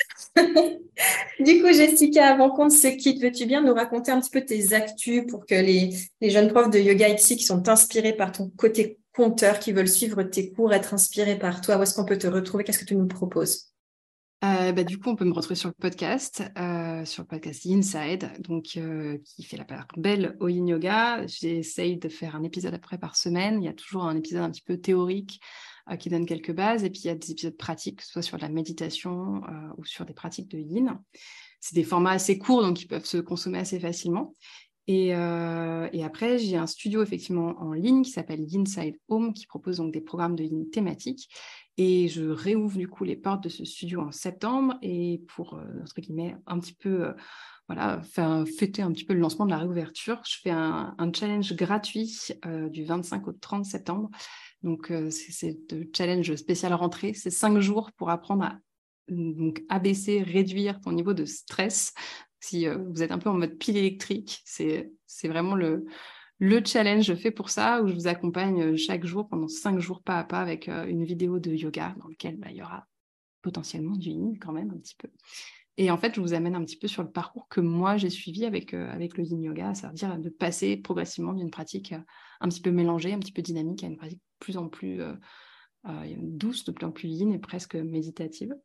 Du coup, Jessica, avant qu'on ne se quitte, veux-tu bien nous raconter un petit peu tes actus pour que les, les jeunes profs de yoga ici qui sont inspirés par ton côté conteur, qui veulent suivre tes cours, être inspirés par toi, où est-ce qu'on peut te retrouver? Qu'est-ce que tu nous proposes? Euh, bah, du coup, on peut me retrouver sur le podcast, euh, sur le podcast Inside, donc euh, qui fait la part belle au Yin Yoga. J'essaye de faire un épisode après par semaine. Il y a toujours un épisode un petit peu théorique euh, qui donne quelques bases, et puis il y a des épisodes pratiques, soit sur la méditation euh, ou sur des pratiques de Yin. C'est des formats assez courts, donc ils peuvent se consommer assez facilement. Et, euh, et après, j'ai un studio effectivement en ligne qui s'appelle Yinside Home, qui propose donc des programmes de Yin thématiques. Et je réouvre du coup les portes de ce studio en septembre. Et pour, euh, entre guillemets, un petit peu, euh, voilà, faire fêter un petit peu le lancement de la réouverture, je fais un, un challenge gratuit euh, du vingt-cinq au trente septembre. Donc, euh, c'est, c'est le challenge spécial rentrée. C'est cinq jours pour apprendre à donc, abaisser, réduire ton niveau de stress. Si euh, vous êtes un peu en mode pile électrique, c'est, c'est vraiment le, le challenge fait pour ça, où je vous accompagne chaque jour pendant cinq jours pas à pas avec euh, une vidéo de yoga dans laquelle bah, il y aura potentiellement du yin quand même un petit peu. Et en fait, je vous amène un petit peu sur le parcours que moi j'ai suivi avec, euh, avec le yin yoga, c'est-à-dire de passer progressivement d'une pratique euh, un petit peu mélangée, un petit peu dynamique, à une pratique de plus en plus euh, euh, douce, de plus en plus yin et presque méditative.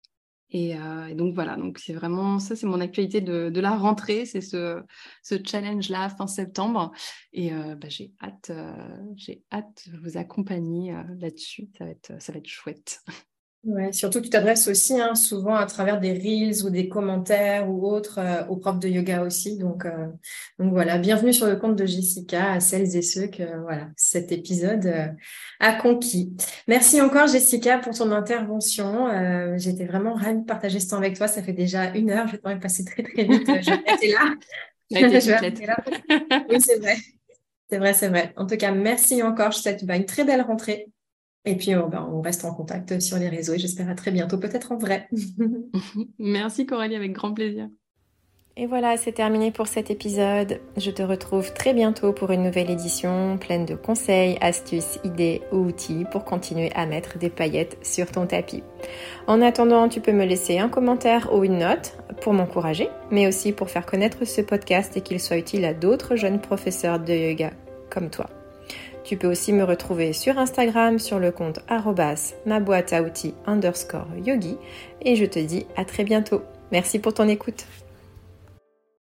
Et, euh, et donc voilà, donc c'est vraiment ça, c'est mon actualité de, de la rentrée, c'est ce, ce challenge-là fin septembre. Et euh, bah, j'ai hâte, euh, j'ai hâte de vous accompagner euh, là-dessus. Ça va être, ça va être chouette. Ouais, surtout que tu t'adresses aussi hein, souvent à travers des reels ou des commentaires ou autres euh, aux profs de yoga aussi. Donc, euh, donc voilà, bienvenue sur le compte de Jessica, à celles et ceux que voilà, cet épisode euh, a conquis. Merci encore Jessica pour ton intervention. Euh, j'étais vraiment ravie de partager ce temps avec toi. Ça fait déjà une heure, je vais quand passer très très vite. Je vais arrêter là. Elle a été je vais arrêter là. Oui, c'est vrai. C'est vrai, c'est vrai. En tout cas, merci encore. Je te souhaite bah, une très belle rentrée. Et puis, oh, ben, on reste en contact sur les réseaux et j'espère à très bientôt, peut-être en vrai. Merci Coralie, avec grand plaisir. Et voilà, c'est terminé pour cet épisode. Je te retrouve très bientôt pour une nouvelle édition pleine de conseils, astuces, idées ou outils pour continuer à mettre des paillettes sur ton tapis. En attendant, tu peux me laisser un commentaire ou une note pour m'encourager, mais aussi pour faire connaître ce podcast et qu'il soit utile à d'autres jeunes professeurs de yoga comme toi. Tu peux aussi me retrouver sur Instagram sur le compte arobase ma boîte à outils underscore yogi et je te dis à très bientôt. Merci pour ton écoute.